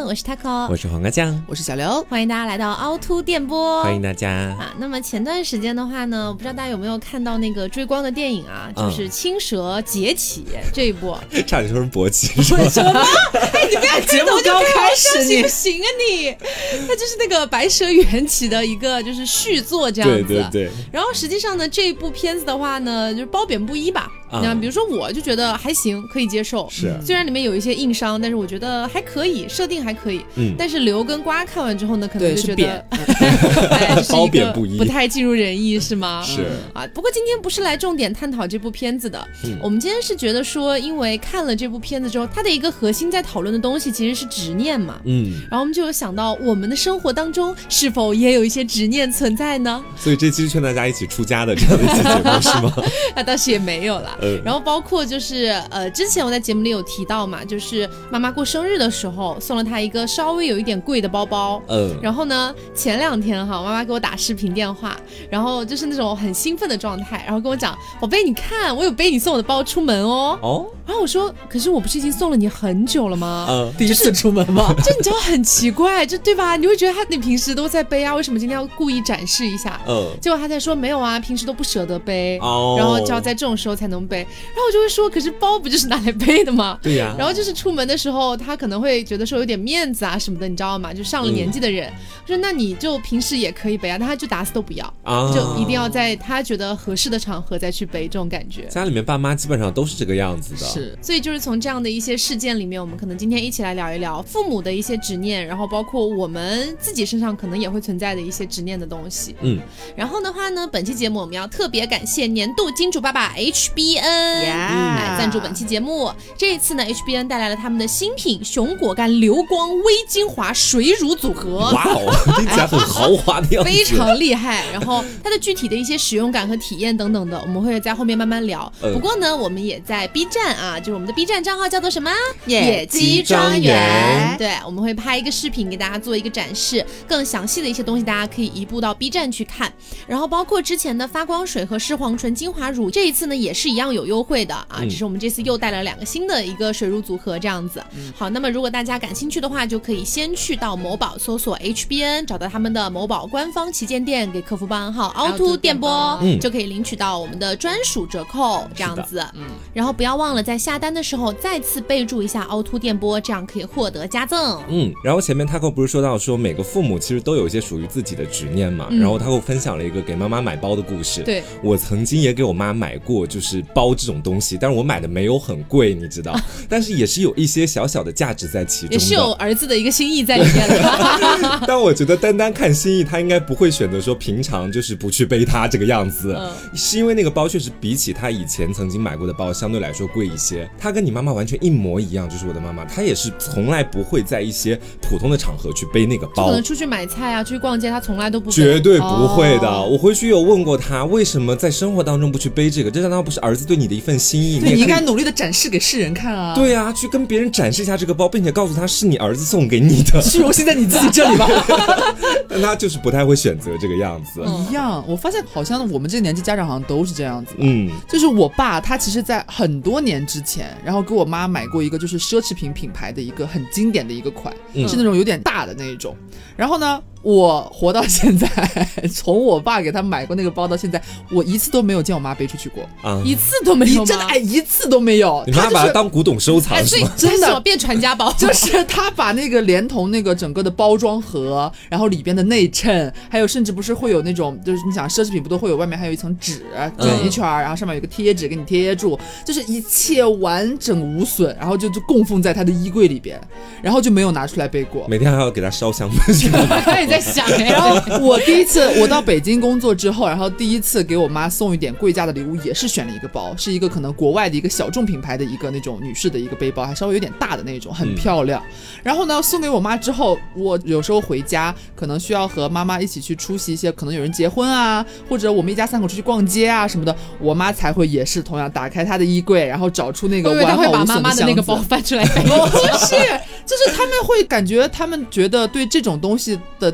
我是 Taco， 我是黄瓜酱， 我是小刘， 欢迎大家来到凹凸电波， 欢迎大家啊。那么前段时间的话呢，我不知道大家有没有看到那个追光的电影啊，就是《青蛇劫起》这一部， 差点说成勃起， 什么？哎，你不要节目刚开始你行啊你，它就是那个《白蛇缘起》的一个就是续作这样子， 对对对。 然后实际上呢，这一部片子的话呢，就是褒贬不一吧。那比如说我就觉得还行，可以接受， 是虽然里面有一些硬伤，但是我觉得还可以，设定还可以。但是刘跟瓜看完之后呢，可能就觉得褒贬不一， 不太尽如人意，是吗？ 是啊。不过今天不是来重点探讨这部片子的，我们今天是觉得说，因为看了这部片子之后，它的一个核心在讨论的东西其实是执念嘛。然后我们就有想到，我们的生活当中是否也有一些执念存在呢？ 所以这期是劝大家一起出家的这样的一期节目是吗？ 那倒是也没有啦。然后包括就是之前我在节目里有提到嘛，就是妈妈过生日的时候送了她一个稍微有一点贵的包包。然后呢，前2天哈，妈妈给我打视频电话，然后就是那种很兴奋的状态，然后跟我讲，宝贝，你看我有背你送我的包出门哦。然后我说，可是我不是已经送了你很久了吗？ 第一次出门吗？ 这你知道很奇怪，就对吧？你会觉得你平时都在背啊，为什么今天要故意展示一下？结果他在说没有啊，平时都不舍得背，然后就要在这种时候才能背。然后我就会说，可是包不就是拿来背的吗？ 对呀。 然后就是出门的时候，他可能会觉得说有点面子啊什么的，你知道吗？就上了年纪的人，我说那你就平时也可以背啊，但他就打死都不要，就一定要在他觉得合适的场合再去背，这种感觉。 家里面爸妈基本上都是这个样子的， 是。所以就是从这样的一些事件里面，我们可能今天一起来聊一聊父母的一些执念，然后包括我们自己身上可能也会存在的一些执念的东西。然后的话呢，本期节目我们要特别感谢年度金主爸爸 HBN 来赞助本期节目。这一次呢 HBN 带来了他们的新品熊果苷流光微精华水乳组合。 哇哦，听起来很豪华的样子， 非常厉害。然后它的具体的一些使用感和体验等等的，我们会在后面慢慢聊。不过呢，我们也在 B 站啊，就是我们的 B 站账号叫做什么？野鸡庄园。对，我们会拍一个视频给大家做一个展示，更详细的一些东西大家可以移步到 B 站去看。然后包括之前的发光水和视黄醇精华乳，这一次呢也是一样有优惠的啊，只是我们这次又带了2个新的一个水乳组合这样子。好，那么如果大家感兴趣的话，就可以先去到某宝搜索 HBN， 找到他们的某宝官方旗舰店，给客服报暗号凹凸电波，就可以领取到我们的专属折扣这样子。然后不要忘了在下单的时候再次备注一下凹凸电波，这样可以获得加赠。 然后前面 Taco 不是说到说每个父母其实都有一些属于自己的执念嘛，然后 Taco 分享了一个给妈妈买包的故事。 对， 我曾经也给我妈买过就是包这种东西，但是我买的没有很贵你知道，但是也是有一些小小的价值在其中的， 也是有儿子的一个心意在里面的。 但我觉得单单看心意，他应该不会选择说平常就是不去背它这个样子，是因为那个包确实比起他以前曾经买过的包相对来说贵一些。他跟你妈妈完全一模一样，就是我的妈妈，她也是从来不会在一些普通的场合去背那个包， 可能出去买菜啊，出去逛街，她从来都不背， 绝对不会的。我回去有问过她，为什么在生活当中不去背这个？这难道不是儿子对你的一份心意？ 对，你应该努力的展示给世人看啊！ 对啊，去跟别人展示一下这个包，并且告诉他是你儿子送给你的。 虚荣心在你自己这里吧？ 但他就是不太会选择这个样子。 一样，我发现好像我们这个年纪家长好像都是这样子。就是我爸他其实在很多年之前，然后给我妈买过一个就是奢侈品品牌的一个很经典的一个款，是那种有点大的那一种。然后呢，我活到现在，从我爸给他买过那个包到现在，我一次都没有见我妈背出去过， 一次都没有吗？ 真的一次都没有。 你妈把它当古董收藏是吗？ 真的变传家宝， 就是他把那个连同那个整个的包装盒，然后里边的内衬，还有甚至不是会有那种，就是你想奢侈品不都会有外面还有一层纸卷一圈，然后上面有一个贴纸给你贴住，就是一切完整无损，然后就供奉在他的衣柜里边，然后就没有拿出来背过。 每天还要给他烧香。 他也在想然后我到北京工作之后，然后第一次给我妈送一点贵价的礼物，也是选了一个包，是一个可能国外的一个小众品牌的一个那种女士的一个背包，还稍微有点大的那种，很漂亮。然后呢，送给我妈之后，我有时候回家可能需要和妈妈一起去出席一些可能有人结婚啊，或者我们一家3口出去逛街啊什么的，我妈才会也是同样打开她的衣柜，然后找出那个完好无损的箱子。 会把妈妈的那个包翻出来背。 不是，就是他们会感觉他们觉得对这种东西的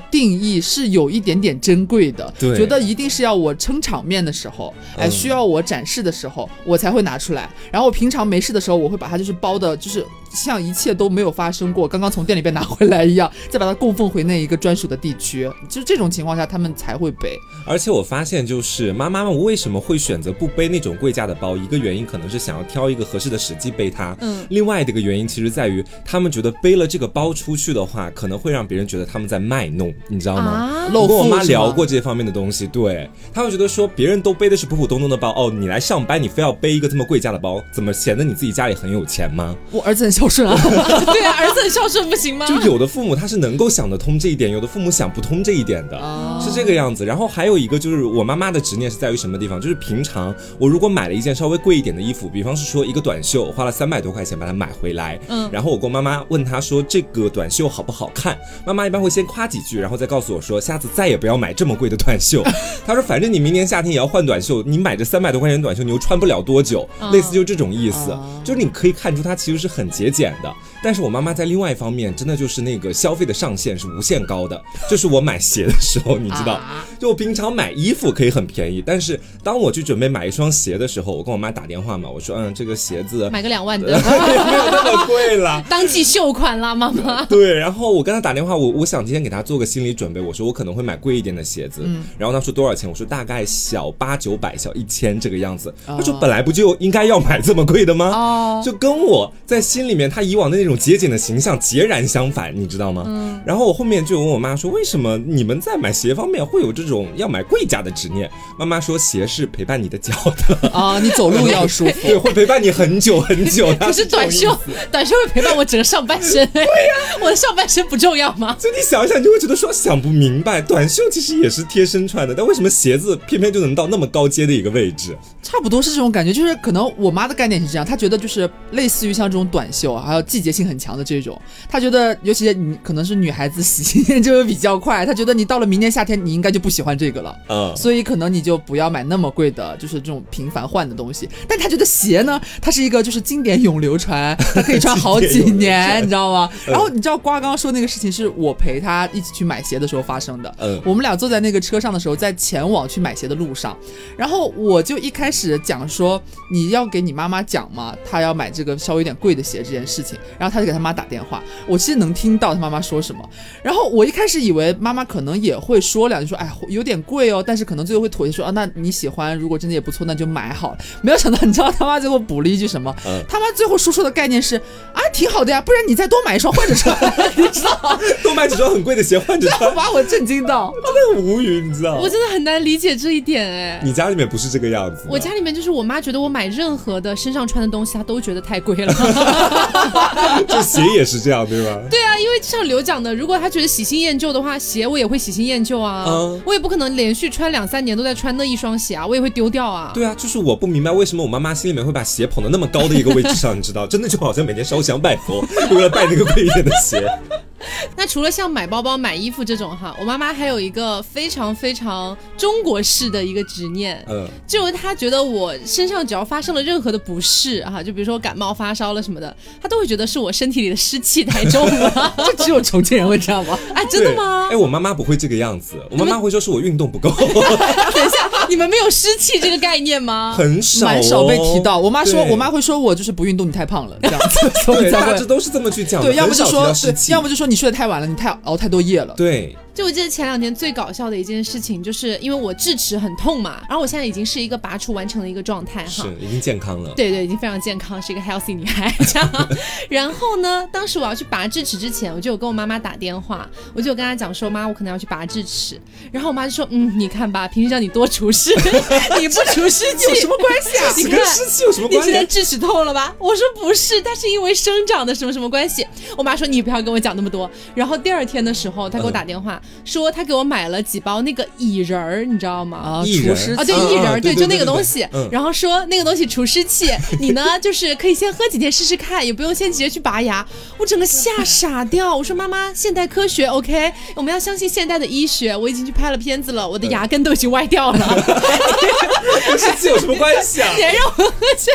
定义是有一点点珍贵的， 对， 觉得一定是要我撑场面的时候，需要我展示的时候，我才会拿出来。然后我平常没事的时候，我会把它就是包的，就是像一切都没有发生过，刚刚从店里边拿回来一样，再把它供奉回那一个专属的地区。就是这种情况下，他们才会背。 而且我发现，就是妈妈们为什么会选择不背那种贵价的包，一个原因可能是想要挑一个合适的时机背它，另外的一个原因其实在于他们觉得背了这个包出去的话，可能会让别人觉得他们在卖弄，你知道吗？我跟我妈聊过这方面的东西，对，他们觉得说别人都背的是普普通通的包，哦，你来上班你非要背一个这么贵价的包，怎么显得你自己家里很有钱吗？ 我儿子很孝顺啊。 对啊，儿子很孝顺不行吗？ 就有的父母他是能够想得通这一点，有的父母想不通这一点的，是这个样子。然后还有一个就是我妈妈的执念是在于什么地方，就是平常我如果买了一件稍微贵一点的衣服，比方是说一个短袖，花了300多块钱把它买回来，然后我跟我妈妈问她说这个短袖好不好看，妈妈一般会先夸几句，然后再告诉我说下次再也不要买这么贵的短袖。她说反正你明年夏天也要换短袖，你买这300多块钱的短袖你又穿不了多久，类似就这种意思，就是你可以看出她其实是很节俭的。但是我妈妈在另外一方面真的就是那个消费的上限是无限高的，就是我买鞋的时候你知道，就我平常买衣服可以很便宜，但是当我去准备买一双鞋的时候，我跟我妈打电话嘛，我说这个鞋子买个2万的没有那么贵啦， 当季秀款啦妈妈。 对，然后我跟她打电话，我想今天给她做个心理准备，我说我可能会买贵一点的鞋子，然后她说多少钱，我说大概小800-900小1000这个样子，她说本来不就应该要买这么贵的吗？就跟我在心里面她以往的那种节俭的形象截然相反，你知道吗？然后我后面就问我妈说为什么你们在买鞋方面会有这种要买贵价的执念？妈妈说鞋是陪伴你的脚的你走路要舒服。 对，会陪伴你很久很久。 可是短袖会陪伴我整个上半身。对呀，我的上半身不重要吗？ 所以你想一想，你就会觉得说想不明白，短袖其实也是贴身穿的，但为什么鞋子偏偏就能到那么高阶的一个位置？ 差不多是这种感觉，就是可能我妈的概念是这样，她觉得就是类似于像这种短袖还有季节性很强的这种，她觉得尤其你可能是女孩子喜新就会比较快，她觉得你到了明年夏天你应该就不喜欢这个了，所以可能你就不要买那么贵的，就是这种频繁换的东西。但她觉得鞋呢，它是一个就是经典永流传，它可以穿好几年，你知道吗？然后你知道瓜刚刚说那个事情是我陪她一起去买鞋的时候发生的，我们俩坐在那个车上的时候，在前往去买鞋的路上，然后我就一开始讲说你要给你妈妈讲嘛，她要买这个稍微有点贵的鞋这件事情，然后她就给她妈打电话，我其实能听到她妈妈说什么，然后我一开始以为妈妈可能也会说两句说哎有点贵哦，但是可能最后会妥协说那你喜欢，如果真的也不错那就买好了。没有想到你知道他妈最后补了一句什么？他妈最后说的概念是挺好的呀，不然你再多买一双换着穿。你知道多买几双很贵的鞋换着穿， 把我震惊到， 真的很无语，你知道我真的很难理解这一点。 你家里面不是这个样子？ 我家里面就是我妈觉得我买任何的身上穿的东西她都觉得太贵了。 这鞋也是这样对吧？ 对啊，因为像刘讲的，如果她觉得喜新厌旧的话，鞋我也会喜新厌旧啊，我也不可能连续穿2-3年都在穿那一双鞋啊，我也会丢掉啊。 对啊，就是我不明白为什么我妈妈心里面会把鞋捧得那么高的一个位置上，你知道，真的就好像每天烧香拜佛为了拜那个贵一点的鞋。 那除了像买包包买衣服这种我妈妈还有一个非常非常中国式的一个执念，就是她觉得我身上只要发生了任何的不适就比如说感冒发烧了什么的，她都会觉得是我身体里的湿气太重了。 这只有重庆人会这样吗？ 真的吗？ 我妈妈不会这个样子，我妈妈会说是我运动不够。 等一下，你们没有湿气这个概念吗？ 很少蛮少被提到。我妈会说我就是不运动你太胖了这样子。 对，大致都是这么去讲的。 对，要不就说你睡得太晚了，你熬太多夜了。 对。 就我记得前2天最搞笑的一件事情，就是因为我智齿很痛嘛，然后我现在已经是一个拔除完成的一个状态是已经健康了。 对，已经非常健康，是一个 healthy 女孩这样。然后呢，当时我要去拔智齿之前，我就有跟我妈妈打电话，我就有跟她讲说妈我可能要去拔智齿，然后我妈就说你看吧，平时让你多除湿你不除湿气有什么关系啊？ 你看跟湿气有什么关系？ 你现在智齿痛了吧？我说不是，它是因为生长的什么关系。我妈说你不要跟我讲那么多。然后第2天的时候她给我打电话，说她给我买了几包那个薏仁儿，你知道吗？ 除湿对，薏仁儿，对，就那个东西。然后说那个东西除湿气，你呢就是可以先喝几天试试看，也不用先直接去拔牙。我整个吓傻掉，我说妈妈，现代科学 OK， 我们要相信现代的医学。我已经去拍了片子了，我的牙根都已经歪掉了。 跟湿气有什么关系啊？ 你还让我喝这个？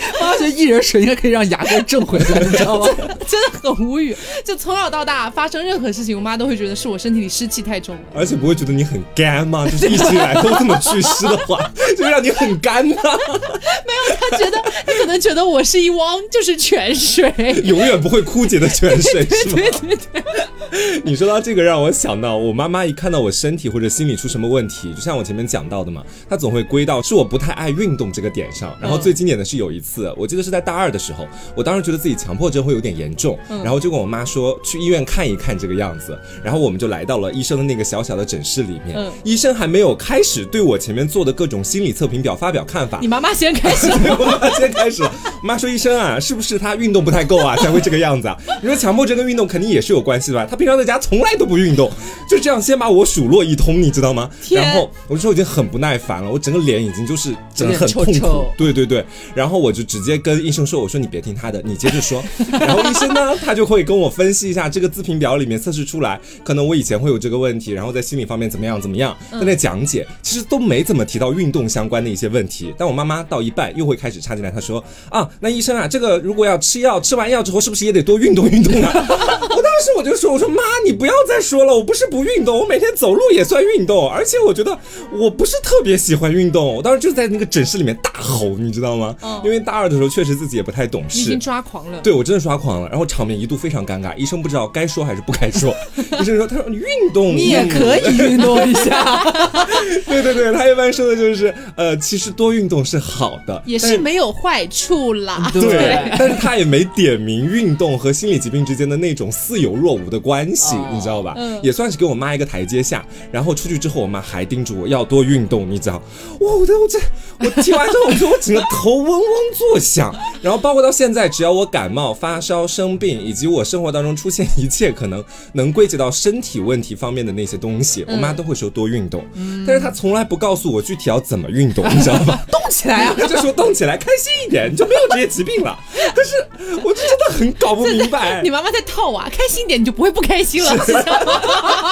妈妈觉得薏仁水应该可以让牙根正回来，你知道吗？ 真的很无语。就从小到大发生任何事情，我妈都会觉得是我身体里湿气太重了， 而且不会觉得你很干吗？就是一直以来都这么祛湿的话，就让你很干呐。 没有，她可能觉得我是一汪就是泉水， 永远不会枯竭的泉水，是吗？ 对。 你说到这个，让我想到我妈妈一看到我身体或者心理出什么问题，就像我前面讲到的嘛，她总会归到是我不太爱运动这个点上。然后最经典的是有一次，我记得是在大2的时候，我当时觉得自己强迫症会有点严重，然后就跟我妈说去医院看一看这个样子。然后我们就来到了医生的那个小小的诊室里面，医生还没有开始对我前面做的各种心理测评表发表看法， 你妈妈先开始了。 我妈妈先开始了。我妈说医生啊，是不是他运动不太够啊才会这个样子啊？你说强迫症跟运动肯定也是有关系的吧？他平常在家从来都不运动，就这样先把我数落一通，你知道吗？然后我就说我已经很不耐烦了，我整个脸已经就是整个很痛苦，对，然后我就直接跟医生说，我说你别听他的，你接着说。然后医生呢，他就会跟我分析一下这个自评表里面测试出来，可能我以前会有这个问题，然后在心理方面怎么样，在那讲解，其实都没怎么提到运动相关的一些问题。但我妈妈到一半又会开始插进来，她说啊，那医生啊，这个如果要吃药，吃完药之后是不是也得多运动运动啊？我就说，我说妈，你不要再说了，我不是不运动，我每天走路也算运动，而且我觉得我不是特别喜欢运动。我当时就在那个诊室里面大吼，你知道吗？因为大2的时候确实自己也不太懂事， 你已经抓狂了。 对，我真的抓狂了，然后场面一度非常尴尬，医生不知道该说还是不该说。医生说，他说你运动， 你也可以运动一下。 对，他一般说的就是其实多运动是好的， 也是没有坏处啦。 对，但是他也没点明运动和心理疾病之间的那种似有若无的关系，你知道吧？也算是给我妈一个台阶下。然后出去之后，我妈还叮嘱我要多运动，你知道？我听完之后，我觉得我整个头嗡嗡作响。然后包括到现在，只要我感冒、发烧、生病，以及我生活当中出现一切可能能归结到身体问题方面的那些东西，我妈都会说多运动。但是她从来不告诉我具体要怎么运动，你知道吗？ 动起来啊！ 她就说动起来，开心一点，你就没有这些疾病了。但是我就真的很搞不明白， 你妈妈在套啊，开心一点你就不会不开心了，知道吗？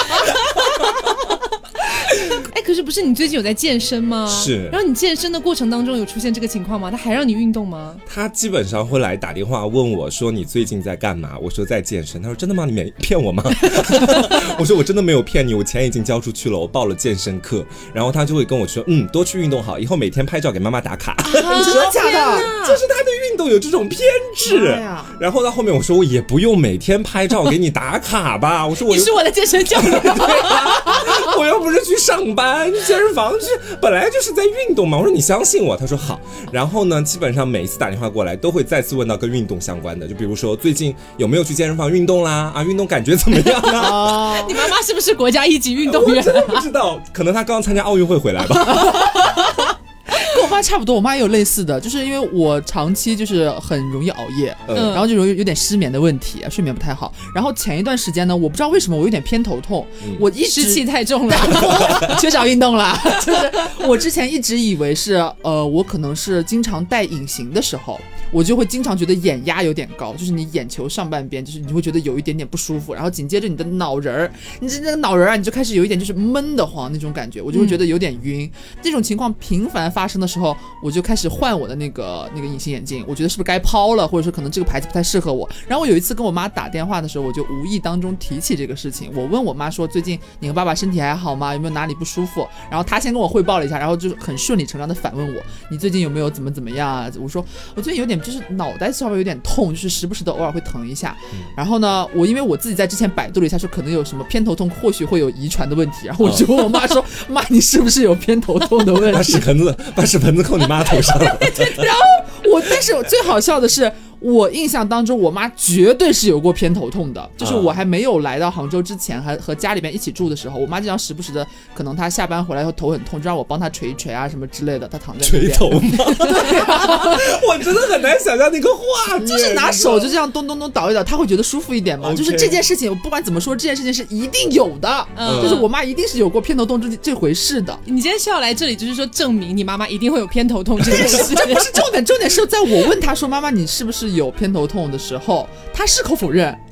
哎，可是不是你最近有在健身吗？ 是。 然后你健身的过程当中有出现这个情况吗？他还让你运动吗？ 他基本上会来打电话问我说你最近在干嘛？我说在健身。他说真的吗？你没骗我吗？我说我真的没有骗你，我钱已经交出去了，我报了健身课。然后他就会跟我说多去运动好，以后每天拍照给妈妈打卡。 真的假的？ 就是他对运动有这种偏执。然后到后面我说我也不用每天拍照给你打卡吧。我说你是我的健身教练。 我又不是去上班，健身房本来就是在运动嘛。我说你相信我，他说好。然后呢，基本上每一次打电话过来都会再次问到跟运动相关的，就比如说最近有没有去健身房运动啦？运动感觉怎么样啊？ 你妈妈是不是国家一级运动员？ 我真的不知道，可能她刚参加奥运会回来吧。 跟我妈差不多，我妈也有类似的，就是因为我长期就是很容易熬夜，然后就有点失眠的问题，睡眠不太好。然后前一段时间呢，我不知道为什么我有点偏头痛，我一直湿气太重了， 缺少运动了。就是我之前一直以为是我可能是经常戴隐形的时候，我就会经常觉得眼压有点高，就是你眼球上半边，就是你会觉得有一点点不舒服，然后紧接着你的脑仁儿，你这个脑仁儿啊，你就开始有一点就是闷得慌那种感觉，我就会觉得有点晕。这种情况频繁发生的时候，我就开始换我的那个隐形眼镜，我觉得是不是该抛了，或者说可能这个牌子不太适合我。然后我有一次跟我妈打电话的时候，我就无意当中提起这个事情，我问我妈说最近你和爸爸身体还好吗？有没有哪里不舒服？然后她先跟我汇报了一下，然后就很顺理成章的反问我，你最近有没有怎么样啊？我说我最近有点就是脑袋稍微有点痛，就是时不时的偶尔会疼一下。然后呢，因为我自己在之前百度了一下，说可能有什么偏头痛，或许会有遗传的问题。然后我就问我妈说，妈，你是不是有偏头痛的问题？ 把屎盆子扣你妈头上了。 然后但是最好笑的是，我印象当中我妈绝对是有过偏头痛的，就是我还没有来到杭州之前，还和家里边一起住的时候，我妈经常时不时的，可能她下班回来后头很痛，就让我帮她捶一捶啊什么之类的，她躺在那边捶头吗？对啊，我真的很难想象那个画面， 就是拿手就这样咚咚咚倒一倒，她会觉得舒服一点嘛。就是这件事情，我不管怎么说，这件事情是一定有的，就是我妈一定是有过偏头痛这回事的。 你今天是要来这里，就是说证明你妈妈一定会有偏头痛这件事？ 这不是重点，重点是在我问她说妈妈你是不是有偏头痛的时候，她矢口否认。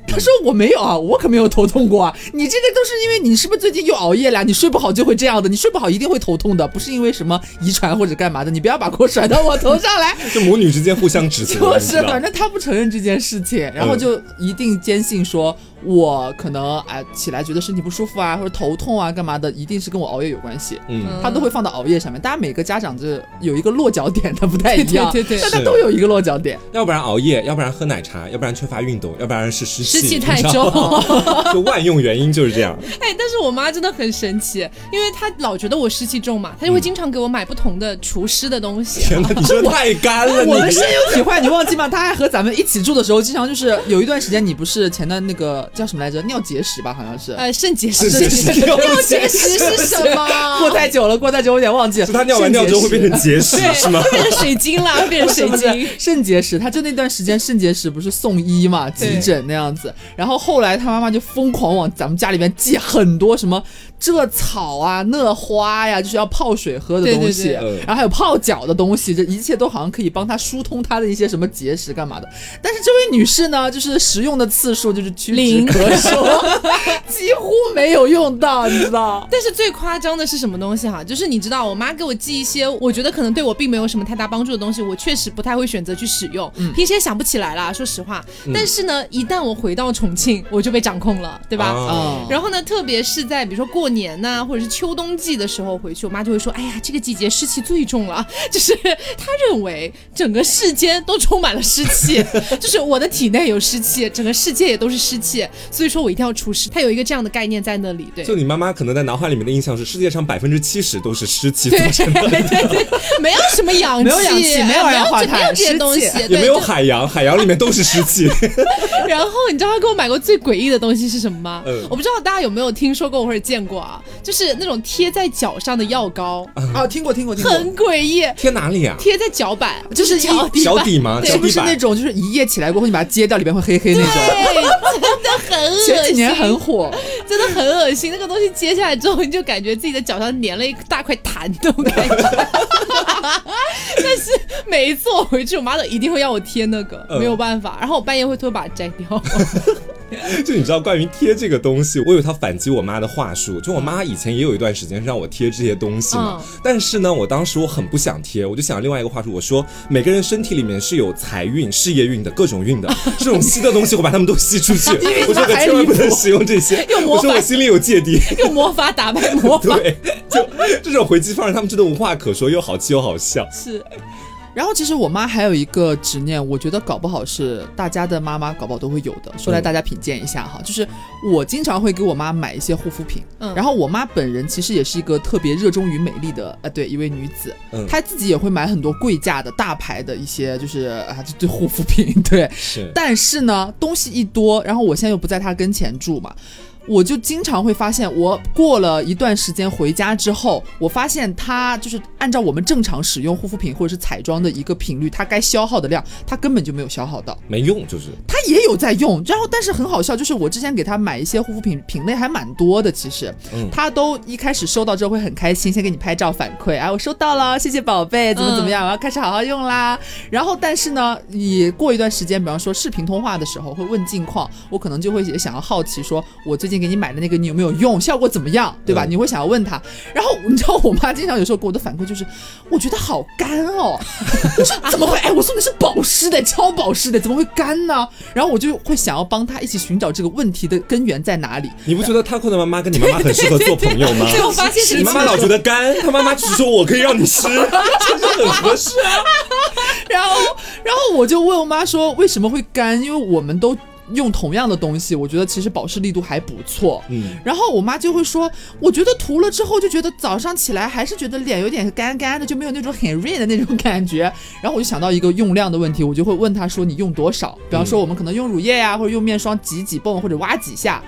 他说我没有啊，我可没有头痛过啊，你这个都是因为你是不是最近又熬夜了，你睡不好就会这样的，你睡不好一定会头痛的，不是因为什么遗传或者干嘛的，你不要把锅甩到我头上来。 就母女之间互相指责， 就是反正他不承认这件事情，然后就一定坚信说我可能起来觉得身体不舒服啊，或者头痛啊干嘛的，一定是跟我熬夜有关系。他都会放到熬夜上面。大家每个家长这有一个落脚点，它不太一样， 对， 但他都有一个落脚点。 要不然熬夜，要不然喝奶茶，要不然缺乏运动，要不然是湿气太重， 就万用原因就是这样。 但是我妈真的很神奇，因为她老觉得我湿气重嘛，她就会经常给我买不同的除湿的东西。 天哪，你说太干了， 我们深有体会，你忘记吗？他还和咱们一起住的时候，经常就是有一段时间，你不是前段那个叫什么来着？尿结石吧，好像是。 肾结石。 尿结石是什么？ 过太久了，我有点忘记了。 是他尿完尿之后会变成结石是吗？ 会变成水晶啦，会变成水晶。 肾结石，他就那段时间肾结石不是送医嘛，急诊那样子。然后后来他妈妈就疯狂往咱们家里面寄很多什么这草啊、那花呀，就是要泡水喝的东西，然后还有泡脚的东西，这一切都好像可以帮他疏通他的一些什么结石干嘛的。但是这位女士呢，就是使用的次数就是屈指可数，几乎没有用到，你知道。 但是最夸张的是什么东西哈？就是你知道我妈给我寄一些我觉得可能对我并没有什么太大帮助的东西，我确实不太会选择去使用，平时也想不起来啦，说实话。但是呢，一旦我回到重庆，我就被掌控了，对吧？然后呢，特别是在比如说过年呐，或者是秋冬季的时候回去，我妈就会说：“哎呀，这个季节湿气最重了。”就是她认为整个世间都充满了湿气，就是我的体内有湿气，整个世界也都是湿气，所以说我一定要除湿。她有一个这样的概念在那里。对， 就你妈妈可能在脑海里面的印象是世界上70%都是湿气组成的， 对，没有什么氧气， 没有氧气，没有二氧化碳， 这些东西也没有海洋，海洋里面都是湿气。 然后你知道她给我买过最诡异的东西是什么吗？我不知道大家有没有听说过或者见过啊，就是那种贴在脚上的药膏啊，听过， 很诡异。 贴哪里啊？ 贴在脚板，就是脚底吗？ 是不是那种就是一夜起来过后你把它揭掉，里面会黑黑那种？ 对，真的很恶心。 前几年很火， 真的很恶心。那个东西揭下来之后，你就感觉自己的脚上粘了一大块痰那种感觉。但是每一次我回去，我妈都一定会要我贴那个，没有办法。然后我半夜会偷把它摘掉。 就你知道关于贴这个东西，我有一套反击我妈的话术。就我妈以前也有一段时间是让我贴这些东西嘛，但是呢，我当时我很不想贴，我就想另外一个话术，我说每个人身体里面是有财运、事业运的各种运的，这种吸的东西我把它们都吸出去。我说可千万不能使用这些，我说我心里有芥蒂， 用魔法打败魔法。 对，就这种回击方式，他们真的无话可说，又好气又好笑。 是。 然后其实我妈还有一个执念，我觉得搞不好是大家的妈妈搞不好都会有的，说来大家品鉴一下哈。就是我经常会给我妈买一些护肤品，然后我妈本人其实也是一个特别热衷于美丽的一位女子，她自己也会买很多贵价的大牌的一些就是对护肤品，对， 是。 但是呢，东西一多，然后我现在又不在她跟前住嘛。我就经常会发现，我过了一段时间回家之后，我发现它就是按照我们正常使用护肤品或者是彩妆的一个频率，它该消耗的量，它根本就没有消耗到， 没用，就是它也有在用。然后但是很好笑，就是我之前给他买一些护肤品，品类还蛮多的，其实他都一开始收到之后会很开心，先给你拍照反馈，我收到了，谢谢宝贝，怎么样，我要开始好好用啦。然后但是呢，你过一段时间，比方说视频通话的时候会问近况，我可能就会也想要好奇说，我最近给你买的那个你有没有用，效果怎么样，对吧？你会想要问他。然后你知道我妈经常有时候给我的反馈就是，我觉得好干哦，我说怎么会？我说的是保湿的，超保湿的，怎么会干呢？然后我就会想要帮他一起寻找这个问题的根源在哪里。 你不觉得Taco的妈妈跟你妈妈很适合做朋友吗？ 对，我发现你妈妈老觉得干，她妈妈只说我可以让你湿，这就很合适啊。 然后我就问我妈说为什么会干，因为我们都用同样的东西，我觉得其实保湿力度还不错。然后我妈就会说，我觉得涂了之后就觉得早上起来还是觉得脸有点干干的，就没有那种很润的那种感觉。然后我就想到一个用量的问题，我就会问她说你用多少？比方说我们可能用乳液呀，或者用面霜挤几泵或者挖几下。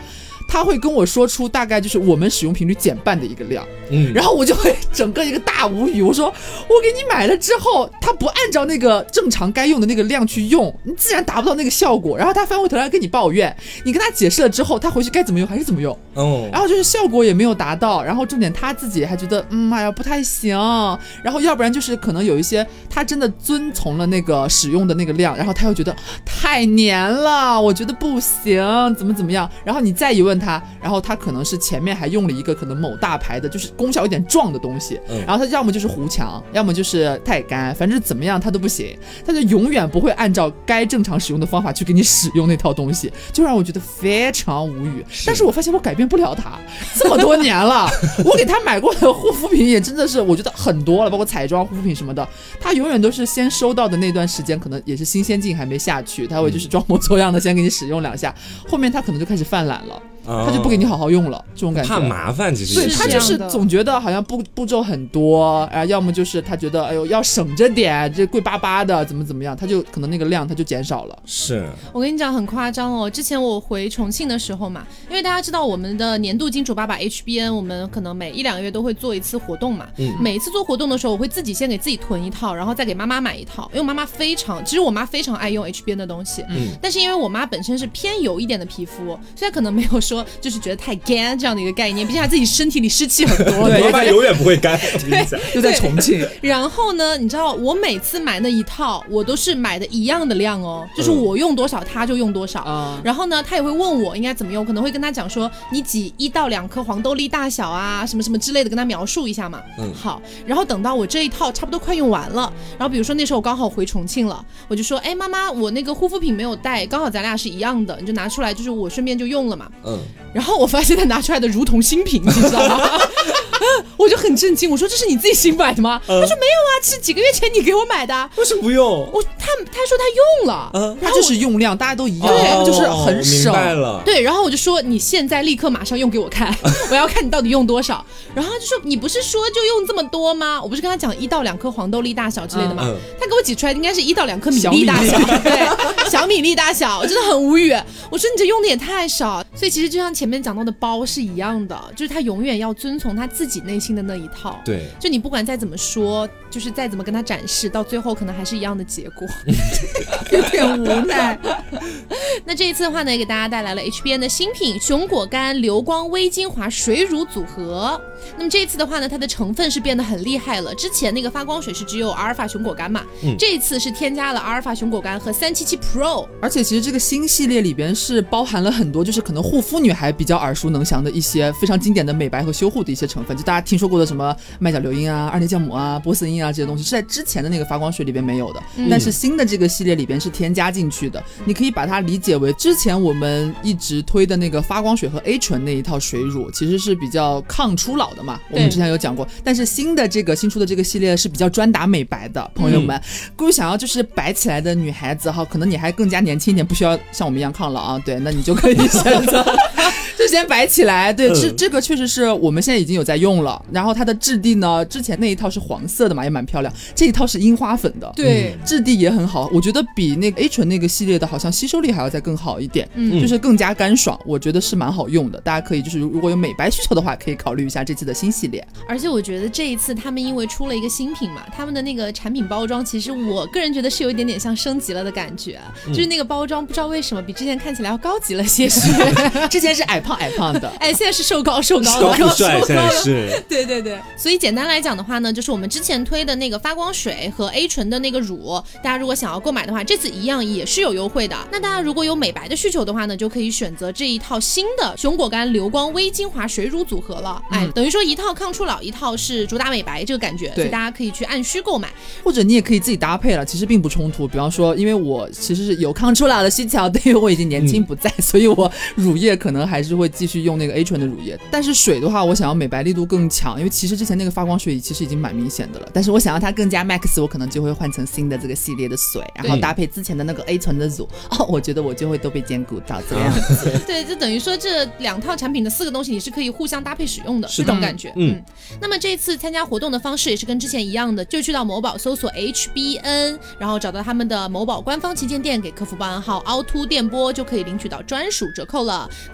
他会跟我说出大概就是我们使用频率减半的一个量，然后我就会整个一个大无语，我说我给你买了之后，他不按照那个正常该用的那个量去用，你自然达不到那个效果，然后他翻回头来跟你抱怨，你跟他解释了之后，他回去该怎么用还是怎么用，然后就是效果也没有达到，然后重点他自己还觉得哎呀不太行，然后要不然就是可能有一些他真的遵从了那个使用的那个量，然后他又觉得太黏了，我觉得不行，怎么样，然后你再一问他，然后他可能是前面还用了一个可能某大牌的就是功效有点壮的东西，然后他要么就是糊墙，要么就是太干，反正怎么样他都不行，他就永远不会按照该正常使用的方法去给你使用那套东西，就让我觉得非常无语。但是我发现我改变不了他，这么多年了我给他买过的护肤品也真的是我觉得很多了，包括彩妆护肤品什么的，他永远都是先收到的那段时间可能也是新鲜劲还没下去，他会就是装模作样的先给你使用2下，后面他可能就开始犯懒了，他就不给你好好用了，这种感觉怕麻烦，其实对他就是总觉得好像步骤很多，要么就是他觉得哎呦要省着点，这贵巴巴的怎么样，他就可能那个量他就减少了。 是我跟你讲很夸张哦，之前我回重庆的时候嘛，因为大家知道我们的年度金主爸爸 HBN， 我们可能每1-2个月都会做一次活动嘛，每一次做活动的时候，我会自己先给自己囤一套，然后再给妈妈买一套，因为我妈妈其实我妈非常爱用 HBN 的东西，但是因为我妈本身是偏油一点的皮肤，所以她可能没有说就是觉得太干这样的一个概念，毕竟她自己身体里湿气很多， 对，妈妈永远不会干， 就在重庆。 然后呢，你知道我每次买那一套，我都是买的一样的量哦，就是我用多少她就用多少，然后呢，她也会问我应该怎么用，可能会跟她讲说你挤1到2颗黄豆粒大小啊，什么什么之类的，跟她描述一下嘛。好，然后等到我这一套差不多快用完了，然后比如说那时候我刚好回重庆了，我就说哎妈妈，我那个护肤品没有带，刚好咱俩是一样的，你就拿出来，就是我顺便就用了嘛。然后我发现他拿出来的如同新品，你知道吗？我就很震惊，我说这是你自己新买的吗？他说没有啊，是几个月前你给我买的。 为什么不用？ 他说他用了， 他就是用量，大家都一样， 他们就是很省。 明白了。 对，然后我就说你现在立刻马上用给我看，我要看你到底用多少。然后他就说你不是说就用这么多吗？我不是跟他讲1到2颗黄豆粒大小之类的吗？他给我挤出来应该是1到2颗米粒大小，对，小米粒大小，我真的很无语。我说你这用的也太少，所以其实就像前面讲到的包是一样的，就是他永远要遵从他自己内心的那一套。 对， 就你不管再怎么说，就是再怎么跟他展示，到最后可能还是一样的结果，有点无奈。那这一次的话呢，也给大家带来了 HBN 的新品熊果苷流光微精华水乳组合。那么这一次的话呢，它的成分是变得很厉害了。之前那个发光水是只有阿尔法熊果苷嘛，这一次是添加了阿尔法熊果苷和377 Pro。 而且其实这个新系列里边是包含了很多就是可能护肤女孩比较耳熟能详的一些非常经典的美白和修护的一些成分，就大家听说过的什么麦角硫因啊、2内酵母啊、波司因啊，这些东西是在之前的那个发光水里边没有的，但是新的这个系列里边是添加进去的。你可以把它理解为之前我们一直推的那个发光水和 A 醇那一套水乳其实是比较抗初老的嘛，我们之前有讲过，但是新出的这个系列是比较专打美白的。朋友们，如果想要就是白起来的女孩子哈，可能你还更加年轻一点，不需要像我们一样抗老啊，对，那你就可以选择就先白起来。对，这个确实是我们现在已经有在用了。然后它的质地呢，之前那一套是黄色的嘛，也蛮漂亮，这一套是樱花粉的， 对， 质地也很好，我觉得比那个 A 醇那个系列的好像吸收力还要再更好一点，就是更加干爽，我觉得是蛮好用的。大家可以就是如果有美白需求的话，可以考虑一下这次的新系列。 而且我觉得这一次他们因为出了一个新品嘛，他们的那个产品包装其实我个人觉得是有一点点像升级了的感觉，就是那个包装不知道为什么比之前看起来要高级了些许。 之前是矮胖的， 哎，现在是瘦高的， 高富帅现在是。 对对对，所以简单来讲的话呢，就是我们之前推的那个发光水和 A 醇的那个乳，大家如果想要购买的话，这次一样也是有优惠的。那大家如果有美白的需求的话呢，就可以选择这一套新的熊果苷流光微精华水乳组合了。哎，等于说一套抗初老，一套是主打美白这个感觉，所以大家可以去按需购买， 或者你也可以自己搭配了，其实并不冲突。比方说，因为我其实是有抗初老的需求，对于我已经年轻不在，所以我乳液可能还是会继续用那个 A 醇的乳液。但是水的话，我想要美白力度更强，因为其实之前那个发光水其实已经蛮明显的了，但是我想要它更加 max， 我可能就会换成新的这个系列的水，然后搭配之前的那个 A 醇的乳，我觉得我就会都被兼顾到这个样子。 对，就等于说这2套产品的4个东西你是可以互相搭配使用的，这种感觉。那么这次参加活动的方式也是跟之前一样的，就去到某宝搜索 HBN， 然后找到他们的某宝官方旗舰店，给客服报暗号凹凸电波，就可以领取到专属折扣了。那么同时不要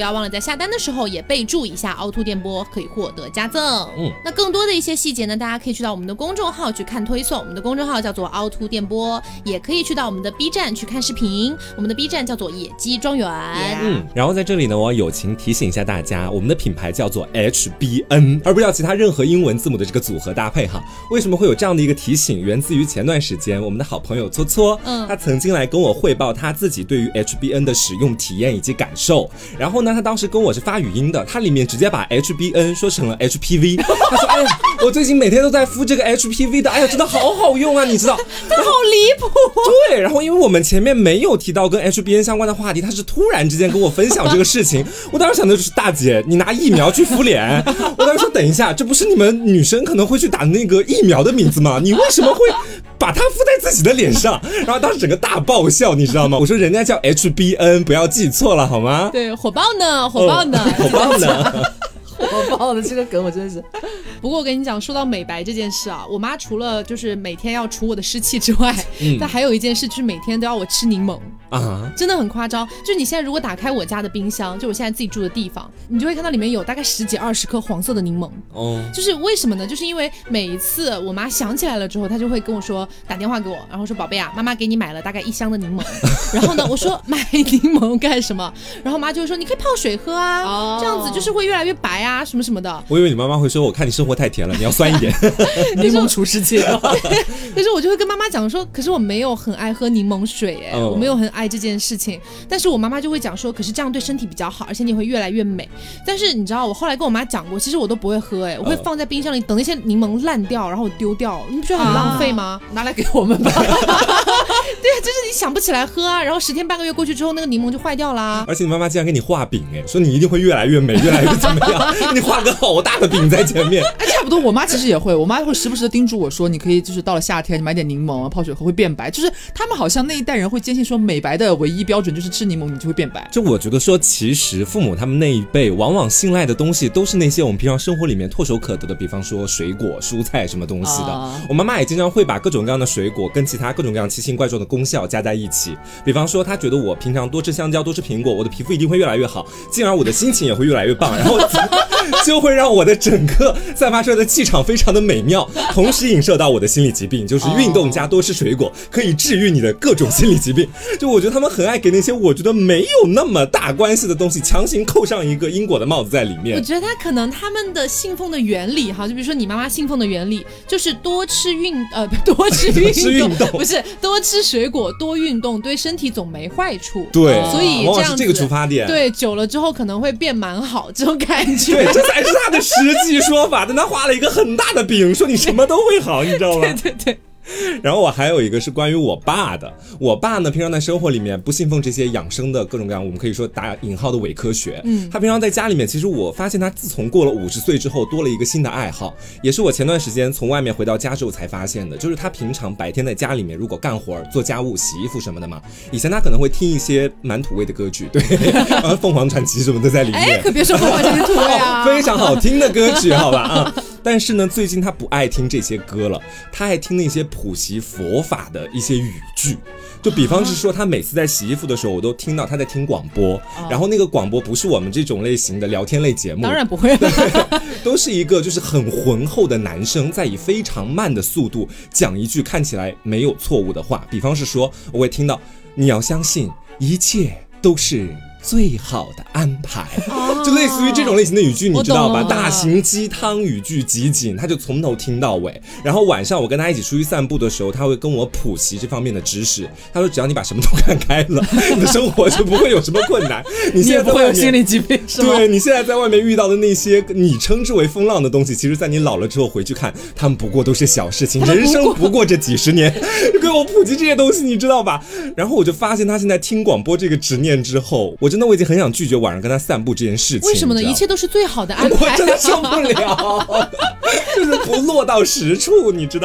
要忘了在下单的时候也备注一下凹凸电波，可以获得加赠。那更多的一些细节呢，大家可以去到我们的公众号去看推送，我们的公众号叫做凹凸电波，也可以去到我们的 B 站去看视频，我们的 B 站叫做野鸡庄园。 然后在这里呢，我要友情提醒一下大家，我们的品牌叫做 HBN， 而不要其他任何英文字母的这个组合搭配哈。为什么会有这样的一个提醒？源自于前段时间我们的好朋友搓搓，他曾经来跟我汇报他自己对于 HBN 的使用体验以及感受。然后呢，他当时跟我是发语音的，他里面直接把 HBN 说成了 HPV。他说：“哎呀，我最近每天都在敷这个 HPV 的，哎呀，真的好好用啊，你知道？” 他好离谱。 对，然后因为我们前面没有提到跟 HBN 相关的话题，他是突然之间跟我分享这个事情。我当时想的就是大姐，你拿疫苗去敷脸。我当时说等一下，这不是你们女生可能会去打那个疫苗的名字吗？你为什么会把它敷在自己的脸上？然后当时整个大爆笑，你知道吗？我说人家叫 HBN， 不要记错了好吗？ 对，火爆呢，火爆呢， 火爆呢。 火爆的这个梗我真的是。 不过我跟你讲，说到美白这件事啊，我妈除了就是每天要除我的湿气之外，但还有一件事就是每天都要我吃柠檬啊，真的很夸张。就是你现在如果打开我家的冰箱，就我现在自己住的地方，你就会看到里面有大概10几20颗黄色的柠檬。就是为什么呢？就是因为每一次我妈想起来了之后，她就会跟我说，打电话给我，然后说宝贝啊，妈妈给你买了大概1箱的柠檬。然后呢，我说买柠檬干什么？然后妈就会说你可以泡水喝啊，这样子就是会越来越白啊，什么什么的。 我以为你妈妈会说，我看你生活太甜了，你要酸一点。 柠檬除湿器。 可是我就会跟妈妈讲说，可是我没有很爱喝柠檬水我没有很爱这件事情。但是我妈妈就会讲说，可是这样对身体比较好，而且你会越来越美。但是你知道我后来跟我妈讲过，其实我都不会喝我会放在冰箱里等那些柠檬烂掉，然后我丢掉。你不觉得很浪费吗？ 拿来给我们吧。 对啊，就是你想不起来喝啊，然后10天半个月过去之后，那个柠檬就坏掉啦。 而且你妈妈竟然给你画饼说你一定会越来越美，越来越怎么样？你画个好大的饼在前面。 差不多，我妈其实也会，我妈会时不时的叮嘱我说，你可以就是到了夏天，你买点柠檬泡水喝会变白。就是他们好像那一代人会坚信说，美白的唯一标准就是吃柠檬你就会变白。 就我觉得说，其实父母他们那一辈往往信赖的东西都是那些我们平常生活里面唾手可得的，比方说水果、蔬菜什么东西的。我妈妈也经常会把各种各样的水果跟其他各种各样奇形怪状的功效加在一起。比方说，她觉得我平常多吃香蕉、多吃苹果，我的皮肤一定会越来越好，进而我的心情也会越来越棒，然后就会让我的整个散发出来的气场非常的美妙，同时影射到我的心理疾病，就是运动加多吃水果可以治愈你的各种心理疾病。就我觉得他们很爱给那些我觉得没有那么大关系的东西强行扣上一个因果的帽子在里面。 我觉得可能他们的信奉的原理哈，就比如说你妈妈信奉的原理就是多吃运动不是多吃水果多运动对身体总没坏处。 对， 所以这样子这个出发点， 对，久了之后可能会变蛮好这种感觉。 对，这才是他的实际说法。但他画了一个很大的饼，说你什么都会好，你知道吗？ 对对对。 然后我还有一个是关于我爸的。我爸呢，平常在生活里面不信奉这些养生的各种各样，我们可以说打引号的伪科学。他平常在家里面，其实我发现他自从过了50岁之后，多了一个新的爱好，也是我前段时间从外面回到家之后才发现的，就是他平常白天在家里面如果干活做家务洗衣服什么的嘛，以前他可能会听一些蛮土味的歌曲，对，然后凤凰传奇什么的在里面。 可别说凤凰传奇土味啊， 非常好听的歌曲，好吧啊。但是呢，最近他不爱听这些歌了，他爱听那些普及佛法的一些语句。就比方是说，他每次在洗衣服的时候，我都听到他在听广播，然后那个广播不是我们这种类型的聊天类节目， 当然不会了， 都是一个就是很浑厚的男生在以非常慢的速度讲一句看起来没有错误的话。比方是说，我会听到你要相信一切都是最好的安排，就类似于这种类型的语句，你知道吧？大型鸡汤语句集锦，他就从头听到尾。然后晚上我跟他一起出去散步的时候，他会跟我普及这方面的知识。他说只要你把什么都看开了，你的生活就不会有什么困难。你现在在外面也不会有心理疾病，是吗？ 对，你现在在外面遇到的那些你称之为风浪的东西，其实在你老了之后回去看，他们不过都是小事情，人生不过这几十年。就给我普及这些东西，你知道吧？然后我就发现他现在听广播这个执念之后，我已经很想拒绝晚上跟他散步这件事情。 为什么呢？一切都是最好的安排。 我真的受不了，就是不落到实处，你知道。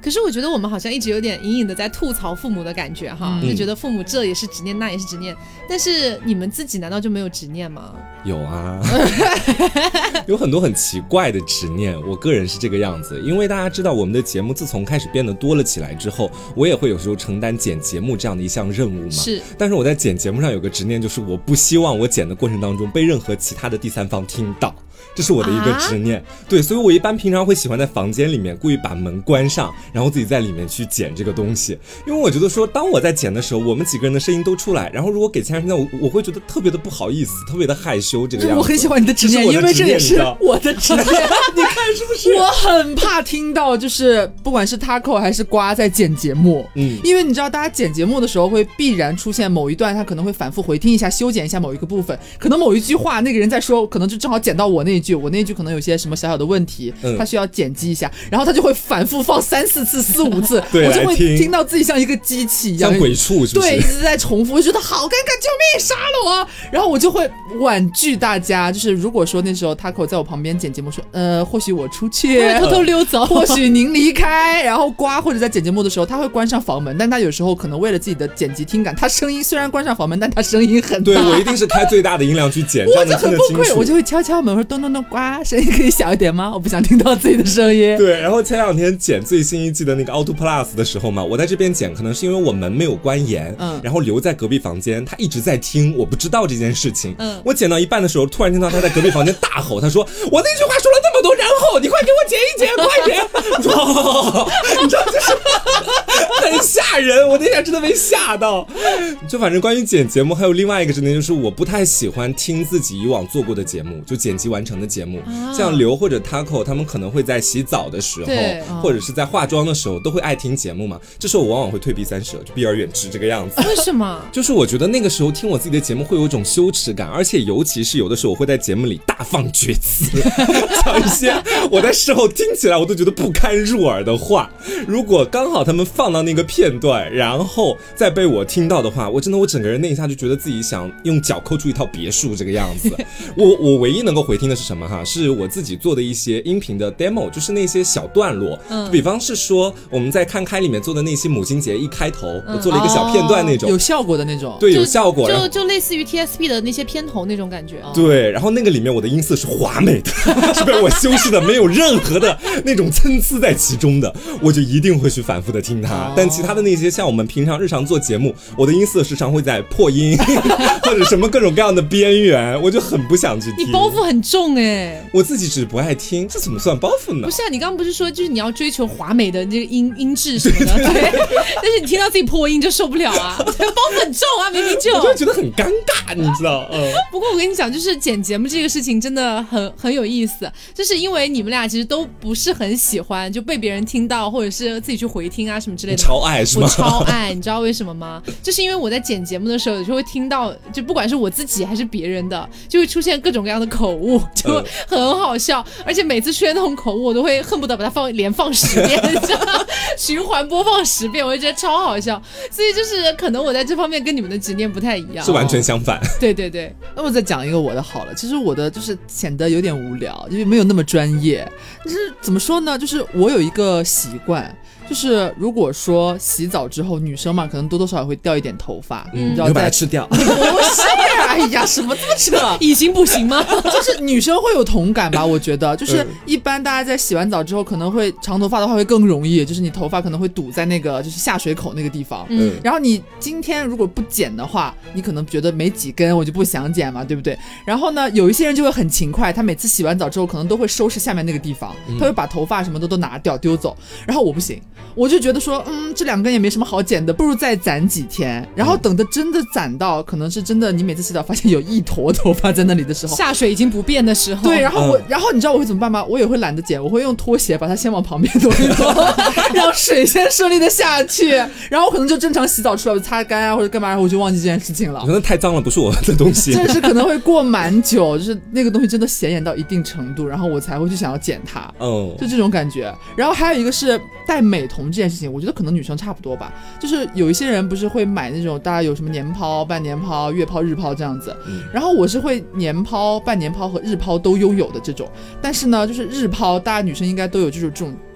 可是我觉得我们好像一直有点隐隐的在吐槽父母的感觉哈，就觉得父母这也是执念，那也是执念。但是你们自己难道就没有执念吗？ 有啊，有很多很奇怪的执念。我个人是这个样子，因为大家知道我们的节目自从开始变得多了起来之后，我也会有时候承担剪节目这样的一项任务嘛。 是。 但是我在剪节目上有个执念，就是我不希望我剪的过程当中被任何其他的第三方听到。这是我的一个执念，对，所以我一般平常会喜欢在房间里面故意把门关上，然后自己在里面去剪这个东西，因为我觉得说，当我在剪的时候，我们几个人的声音都出来，然后如果给其他人听到，我会觉得特别的不好意思，特别的害羞，这个样子。 我很喜欢你的执念，因为这也是我的执念。 你看是不是？ 我很怕听到，就是不管是 Taco 还是瓜在剪节目，因为你知道，大家剪节目的时候会必然出现某一段，他可能会反复回听一下，修剪一下某一个部分，可能某一句话那个人在说，可能就正好剪到我那一句，我那一句可能有些什么小小的问题，他需要剪辑一下，然后他就会反复放3、4次、4、5次，我就会听到自己像一个机器一样， 像鬼畜是不是？ 对，一直在重复，我觉得好尴尬，救命，杀了我！然后我就会婉拒大家，就是如果说那时候 Taco 在我旁边剪节目说，或许我出去， 偷偷溜走， 或许您离开，然后瓜或者在剪节目的时候，他会关上房门，但他有时候可能为了自己的剪辑听感，他声音虽然关上房门，但他声音很大。 对，我一定是开最大的音量去剪， 我就很崩溃，我就会敲敲门，我说咚咚咚，瓜，声音可以小一点吗？我不想听到自己的声音。 对，然后前2天剪最新一季的那个 Auto Plus 的时候嘛，我在这边剪，可能是因为我门没有关严，然后留在隔壁房间，他一直在听，我不知道这件事情。我剪到一半的时候，突然听到他在隔壁房间大吼，他说：“我那句话说了那么多，然后你快给我剪一剪，快点！”你知道，就是很吓人，我那下真的被吓到。就反正关于剪节目，还有另外一个执念，就是我不太喜欢听自己以往做过的节目，就剪辑完成的节目，像刘或者 Taco 他们可能会在洗澡的时候，或者是在化妆的时候，都会爱听节目嘛。这时候我往往会退避3舍，就避而远之这个样子。 为什么？ 就是我觉得那个时候听我自己的节目会有一种羞耻感，而且尤其是有的时候我会在节目里大放厥词，讲一些我在事后听起来我都觉得不堪入耳的话。如果刚好他们放到那个片段，然后再被我听到的话，我整个人那一下就觉得自己想用脚抠出一套别墅这个样子。我唯一能够回听的是什么哈？是我自己做的一些音频的 demo， 就是那些小段落，比方是说我们在看开里面做的那些母亲节一开头，我做了一个小片段那种， 有效果的那种， 对，有效果， 就类似于 TSP 的那些片头那种感觉。 对，然后那个里面我的音色是华美的，是被我修饰的没有任何的那种参差在其中的，我就一定会去反复的听它。但其他的那些像我们平常日常做节目，我的音色时常会在破音或者什么各种各样的边缘，我就很不想去听。 你包袱很重哎， 我自己只不爱听，这怎么算包袱呢？ 不是啊，你刚刚不是说就是你要追求华美的这个音质什么的，对，但是你听到自己破音就受不了啊，包袱很重啊，明明就我就觉得很尴尬，你知道？ 不过我跟你讲，就是剪节目这个事情真的很有意思，就是因为你们俩其实都不是很喜欢就被别人听到，或者是自己去回听啊什么之类的。 超爱是吗？ 我超爱，你知道为什么吗？就是因为我在剪节目的时候就会听到，就不管是我自己还是别人的，就会出现各种各样的口误，就很好笑，而且每次出现那种口误，我都会恨不得把它连放10遍，循环播放10遍，我就觉得超好笑。所以就是可能我在这方面跟你们的执念不太一样， 是完全相反。 对对对。 那我再讲一个我的好了，其实我的就是显得有点无聊，因为没有那么专业。但是怎么说呢？就是我有一个习惯。就是如果说洗澡之后，女生嘛，可能多多少少会掉一点头发，你知道， 把它吃掉。 不是，哎呀，什么这么扯？ 以形补形吗？ 就是女生会有同感吧？我觉得，就是一般大家在洗完澡之后，可能会长头发的话会更容易，就是你头发可能会堵在那个就是下水口那个地方。然后你今天如果不剪的话，你可能觉得没几根，我就不想剪嘛，对不对？然后呢，有一些人就会很勤快，他每次洗完澡之后，可能都会收拾下面那个地方，他会把头发什么的都拿掉丢走。然后我不行。我就觉得说，这2根也没什么好剪的，不如再攒几天，然后等的真的攒到，可能是真的，你每次洗澡发现有一坨头发在那里的时候， 下水已经不变的时候， 对，然后你知道我会怎么办吗？我也会懒得剪，我会用拖鞋把它先往旁边拖一拖，让水先顺利的下去，然后我可能就正常洗澡出来，我就擦干啊或者干嘛，然后我就忘记这件事情了。 可能太脏了，不是我的东西， 真是可能会过蛮久，就是那个东西真的显眼到一定程度，然后我才会去想要剪它，就这种感觉。然后还有一个是戴美瞳这件事情，我觉得可能女生差不多吧，就是有一些人不是会买那种大家有什么年抛、半年抛、月抛、日抛这样子，然后我是会年抛、半年抛和日抛都拥有的这种，但是呢，就是日抛大家女生应该都有这种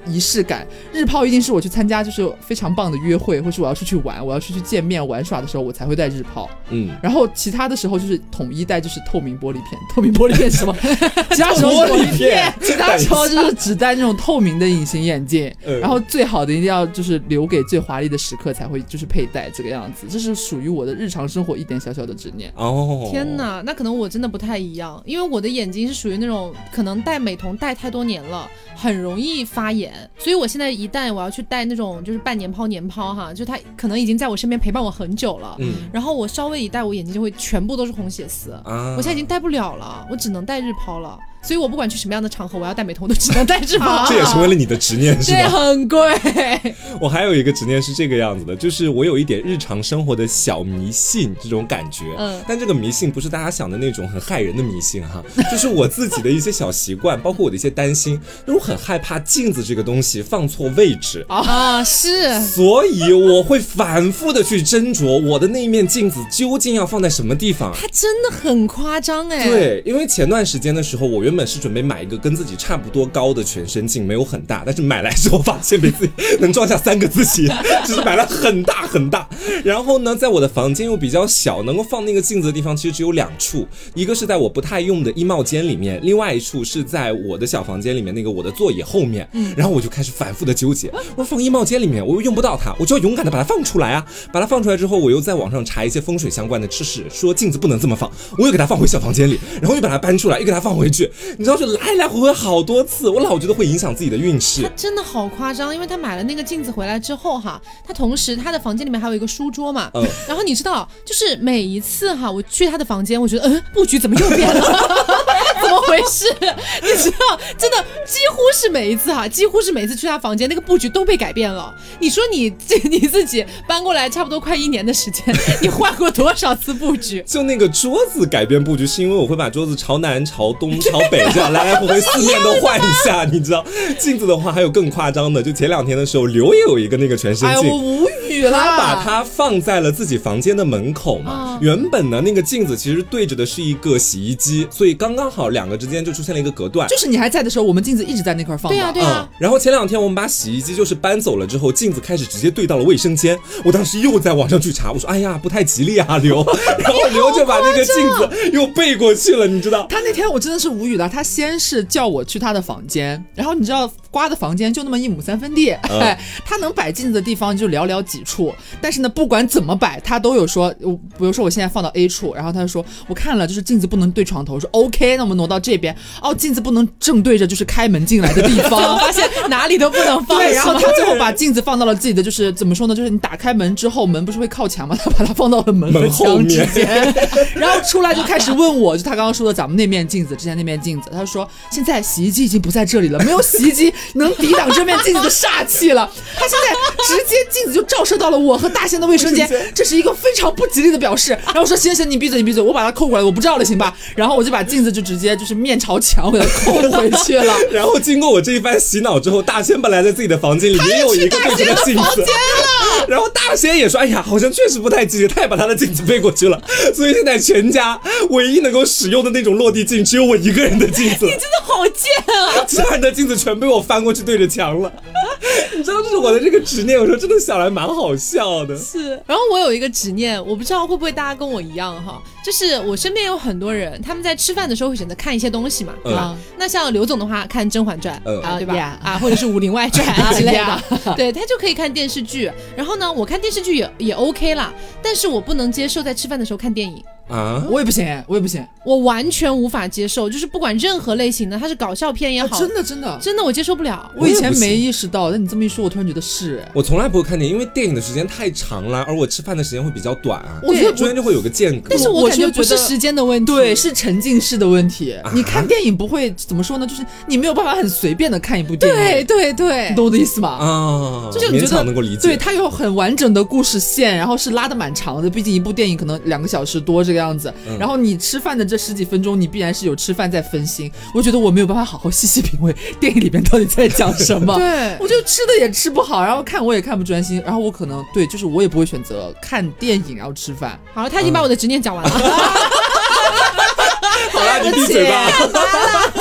仪式感。日抛一定是我去参加就是非常棒的约会，或是我要出去玩，我要出去见面玩耍的时候我才会带日抛。然后其他的时候就是统一带就是透明玻璃片。透明玻璃片是什么？其他时候玻璃片， 其他时候就是只戴那种透明的隐形眼镜。然后最好的一定要就是留给最华丽的时刻才会就是佩戴这个样子，这是属于我的日常生活一点小小的执念。 天哪，那可能我真的不太一样，因为我的眼睛是属于那种可能戴美瞳戴太多年了，很容易发炎，所以我现在一旦我要去戴那种就是半年抛年抛哈，就它可能已经在我身边陪伴我很久了，然后我稍微一戴我眼睛就会全部都是红血丝，我现在已经戴不了了，我只能戴日抛了。所以我不管去什么样的场合，我要戴美瞳都只能戴日抛。 这也成为了你的执念是吧？ 对，很贵。 我还有一个执念是这个样子的，就是我有一点日常生活的小迷信这种感觉。但这个迷信不是大家想的那种很害人的迷信哈，就是我自己的一些小习惯，包括我的一些担心，因为我很害怕镜子这个东西放错位置是， 所以我会反复的去斟酌我的那一面镜子究竟要放在什么地方。 它真的很夸张哎。 对，因为前段时间的时候，我原本是准备买一个跟自己差不多高的全身镜，没有很大，但是买来之后发现被自己能装下3个字型，就是买了很大很大。然后呢，在我的房间又比较小，能够放那个镜子的地方其实只有2处，一个是在我不太用的衣帽间里面，另外一处是在我的小房间里面那个我的座椅后面。然后我就开始反复的纠结，我说放衣帽间里面我又用不到它，我就要勇敢的把它放出来啊！把它放出来之后，我又在网上查一些风水相关的知识，说镜子不能这么放，我又给它放回小房间里，然后又把它搬出来，又给它放回去，你知道是来来回回好多次，我老觉得会影响自己的运势。 他真的好夸张，因为他买了那个镜子回来之后哈，他同时他的房间里面还有一个书桌嘛，然后你知道，就是每一次哈，我去他的房间，我觉得布局怎么又变了，怎么回事？你知道，真的几乎是每一次去他房间，那个布局都被改变了。你说你自己搬过来差不多快1年的时间，你换过多少次布局？ 就那个桌子改变布局，是因为我会把桌子朝南、朝东、朝北这样来来回回4面都换一下，你知道。镜子的话还有更夸张的，就前2天的时候，刘也有一个那个全身镜， 我无语了。 他把它放在了自己房间的门口嘛。原本呢，那个镜子其实对着的是一个洗衣机，所以刚刚好2个之间就出现了一个隔断。 就是你还在的时候，我们镜子一直在那块放的。 对啊。 然后前2天我们把洗衣机就是搬走了之后，镜子开始直接对到了卫生间。我当时又在网上去查，我说哎呀不太吉利啊刘，然后刘就把那个镜子又背过去了，你知道。 他那天我真的是无语了，他先是叫我去他的房间，然后你知道瓜的房间就那么1亩3分地，他能摆镜子的地方就寥寥几处，但是呢不管怎么摆他都有说，比如说我现在放到 A 处，然后他就说我看了就是镜子不能对床头，我说 OK 那我们挪到这边，镜子不能正对着就是开门进来的地方发现哪里都不能放。 对，然后他最后把镜子放到了自己的就是怎么说呢，就是你打开门之后门不是会靠墙吗，他把它放到了门和墙之间，然后出来就开始问我，就他刚刚说的咱们那面镜子之前那面镜子，他说现在洗衣机已经不在这里了，没有洗衣机能抵挡这面镜子的煞气了，他现在直接镜子就照射到了我和大仙的卫生间，这是一个非常不吉利的表示。然后我说行你闭嘴，我把它扣过来，我不照了行吧，然后我就把镜子就直接就是面朝墙给它扣回去了。 然后经过我这一番洗脑之后，大仙本来在自己的房间里也有一个对着的镜子，然后大仙也说哎呀好像确实不太吉利，他也把他的镜子背过去了，所以现在全家唯一能够使用的那种落地镜只有我一个人的镜子。 你真的好贱啊， 其他人的镜子全被我翻过去对着墙了。你知道这是我的这个执念，有时候真的想来蛮好笑的。 是，然后我有一个执念，我不知道会不会大家跟我一样哈，就是我身边有很多人他们在吃饭的时候会选择看一些东西嘛，对吧？那像刘总的话看《甄嬛传》对吧？或者是《武林外传》之类的，对，他就可以看电视剧。然后呢，我看电视剧也 OK 啦，但是我不能接受在吃饭的时候看电影。 我也不行， 我完全无法接受，就是不管任何类型的，它是搞笑片也好，真的我接受不了。 我以前没意识到，但你这么一说，我突然觉得是。 我从来不会看电影，因为电影的时间太长了，而我吃饭的时间会比较短啊。 我觉得中间就会有个间隔。 但是我感觉不是时间的问题， 对，是沉浸式的问题。你看电影不会怎么说呢？就是你没有办法很随便的看一部电影。 对， 你懂我的意思吗？ 就是勉强能够理解。 对，它有很完整的故事线，然后是拉得蛮长的，毕竟一部电影可能2个小时多这个样子。然后你吃饭的这10几分钟，你必然是有吃饭在分心。我觉得我没有办法好好细细品味电影里面到底在讲什么。 对， 我就吃的也吃不好，然后看我也看不专心，然后我可能对，就是我也不会选择看电影然后吃饭。 好了，他已经把我的执念讲完了。 好了，你闭嘴吧。 干嘛啦？到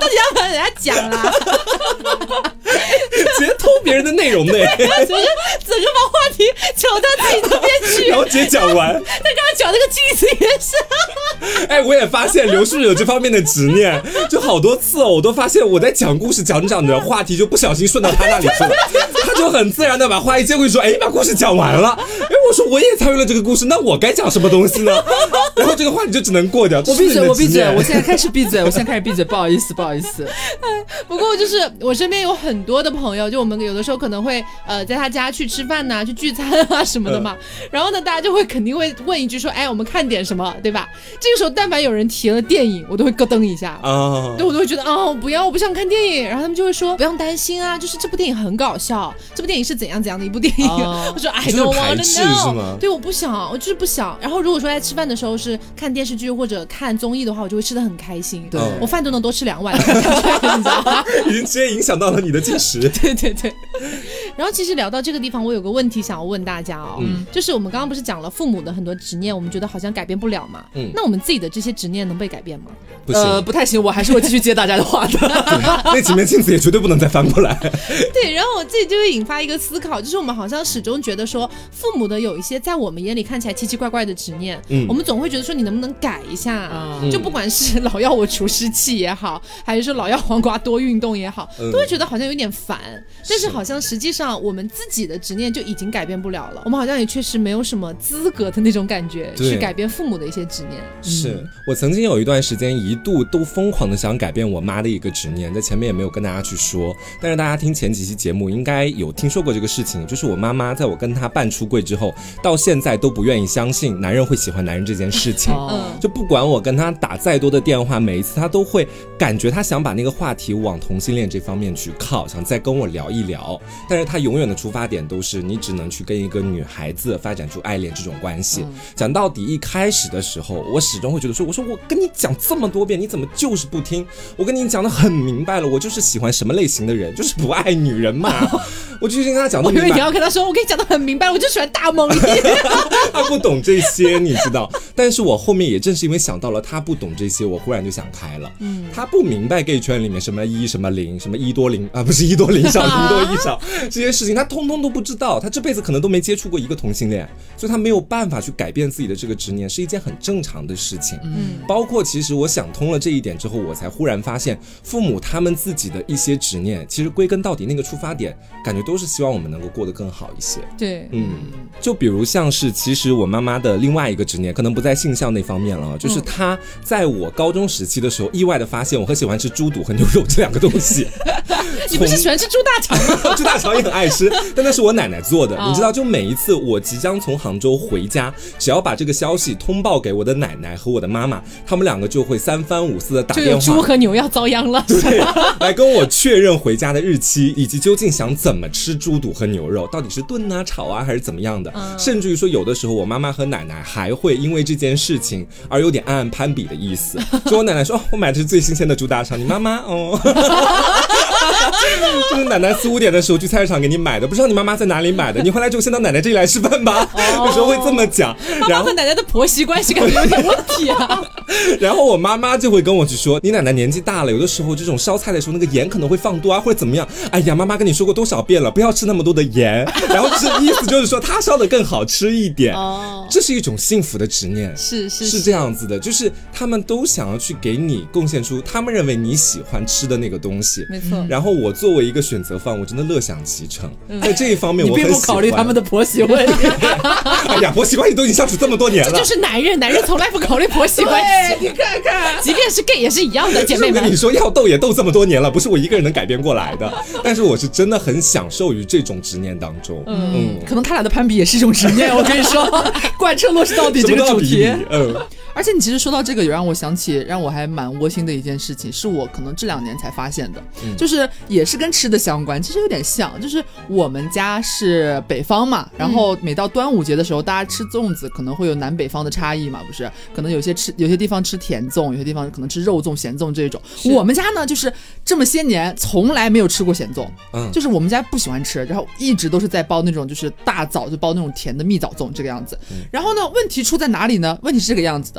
题要帮人家讲啦， 直接偷别人的内容呢， 整个把话题扯到自己这边去， 然后直接讲完。 他刚刚讲那个镜子也是。 哎，我也发现刘叔有这方面的执念，就好多次我都发现我在讲故事讲着话题就不小心顺到他那里去了，他就很自然的把话一接过去说，哎，把故事讲完了。哎，我说我也参与了这个故事，那我该讲什么东西呢？然后这个话题就只能过掉。 我闭嘴，我闭嘴，我现在开始闭嘴，我现在开始闭嘴，不好意思。 不过就是我身边有很多的朋友，就我们有的时候可能会在他家去吃饭呐，去聚餐啊什么的嘛。然后呢，大家就会肯定会问一句说，哎，我们看点什么，对吧？这个时候但凡有人提了电影，我都会咯噔一下啊，对，我都会觉得我不要，我不想看电影。然后他们就会说不用担心啊，就是这部电影很搞笑，这部电影是怎样怎样的一部电影。我说 I don't want to know， 对，我不想，我就是不想。然后如果说在吃饭的时候是看电视剧或者看综艺的话，我就会吃得很开心，对，我饭都能多吃2碗，你知道吗？ 已经直接影响到了你的进食。 对。然后其实聊到这个地方，我有个问题想要问大家就是我们刚刚不是讲了父母的很多执念，我们觉得好像改变不了嘛，那我们自己的这些执念能被改变吗？ 不行， 不太行，我还是会继续接大家的话的。 那几面镜子也绝对不能再翻过来。 对，然后我自己就会引发一个思考，就是我们好像始终觉得说父母的有一些在我们眼里看起来奇奇怪怪的执念，我们总会觉得说你能不能改一下，就不管是老要我除湿气也好，还是说老要黄瓜多运动也好，都会觉得好像有点烦，但是好像实际上我们自己的执念就已经改变不了了，我们好像也确实没有什么资格的那种感觉去改变父母的一些执念。 是我曾经有一段时间一度都疯狂的想改变我妈的一个执念，在前面也没有跟大家去说，但是大家听前几期节目应该有听说过这个事情，就是我妈妈在我跟她半出柜之后，到现在都不愿意相信男人会喜欢男人这件事情，就不管我跟她打再多的电话，每一次她都会感觉她想把那个话题往同性恋这方面去靠，想再跟我聊一聊，但是她永远的出发点都是你只能去跟一个女孩子发展出爱恋这种关系。讲到底一开始的时候，我始终会觉得说，我说我跟你讲这么多遍，你怎么就是不听？我跟你讲的很明白了，我就是喜欢什么类型的人，就是不爱女人嘛。我就跟他讲的明白， 我以为你要跟他说，我跟你讲的很明白，我就喜欢大猛一。 他不懂这些，你知道。但是我后面也正是因为想到了他不懂这些，我忽然就想开了。他不明白 gay 圈里面什么一什么零什么一多零啊，不是一多零少零多一少这些事情，他通通都不知道。他这辈子可能都没接触过一个同性恋，所以他没有办法去改变自己的这个执念，是一件很正常的事情。包括其实我想通了这一点之后，我才忽然发现，父母他们自己的一些执念，其实归根到底那个出发点，感觉都是希望我们能够过得更好一些。 对， 就比如像是其实我妈妈的另外一个执念，可能不在性向那方面了，就是她在我高中时期的时候，意外的发现我很喜欢吃猪肚和牛肉这两个东西。 你不是喜欢吃猪大肠吗？ 猪大肠也很爱吃，但那是我奶奶做的。你知道，就每一次我即将从杭州回家，只要把这个消息通报给我的奶奶和我的妈妈，他们两个就会三番五次的打电话， 就有猪和牛要遭殃了， 对，来跟我确认回家的日期，以及究竟想怎么吃猪肚和牛肉，到底是炖啊、炒啊还是怎么样的。甚至于说，有的时候我妈妈和奶奶还会因为这件事情而有点暗暗攀比的意思。就我奶奶说，哦，我买的是最新鲜的猪大肠，你妈妈就是奶奶4、5点的时候去菜市场给你买的，不知道你妈妈在哪里买的，你回来之后先到奶奶这里来吃饭吧。有时候会这么讲。 妈妈和奶奶的婆媳关系感觉有点问题啊。 然后我妈妈就会跟我去说，你奶奶年纪大了，有的时候这种烧菜的时候那个盐可能会放多啊，或者怎么样。哎呀，妈妈跟你说过多少遍了，不要吃那么多的盐。然后就是意思就是说她烧的更好吃一点。这是一种幸福的执念，是这样子的，就是他们都想要去给你贡献出他们认为你喜欢吃的那个东西。 没错。 然后我作为一个选择方，我真的乐享其成。在这一方面我很喜欢。 你并不考虑他们的婆媳问题。 哎呀，婆媳关系都已经相处这么多年了， 这就是男人从来不考虑婆媳关系。 你看看， 即便是 gay 也是一样的，姐妹们。 我跟你说，要斗也斗这么多年了，不是我一个人能改变过来的。但是我是真的很享受于这种执念当中。 可能他俩的攀比也是一种执念。我跟你说，贯彻落实到底这个主题。而且你其实说到这个，有让我想起让我还蛮窝心的一件事情，是我可能这2年才发现的，就是也是跟吃的相关，其实有点像，就是我们家是北方嘛，然后每到端午节的时候，大家吃粽子可能会有南北方的差异嘛，不是？可能有些地方吃甜粽，有些地方可能吃肉粽、咸粽这种。我们家呢，就是这么些年从来没有吃过咸粽，就是我们家不喜欢吃，然后一直都是在包那种就是大枣就包那种甜的蜜枣粽这个样子。然后呢，问题出在哪里呢？问题是这个样子的。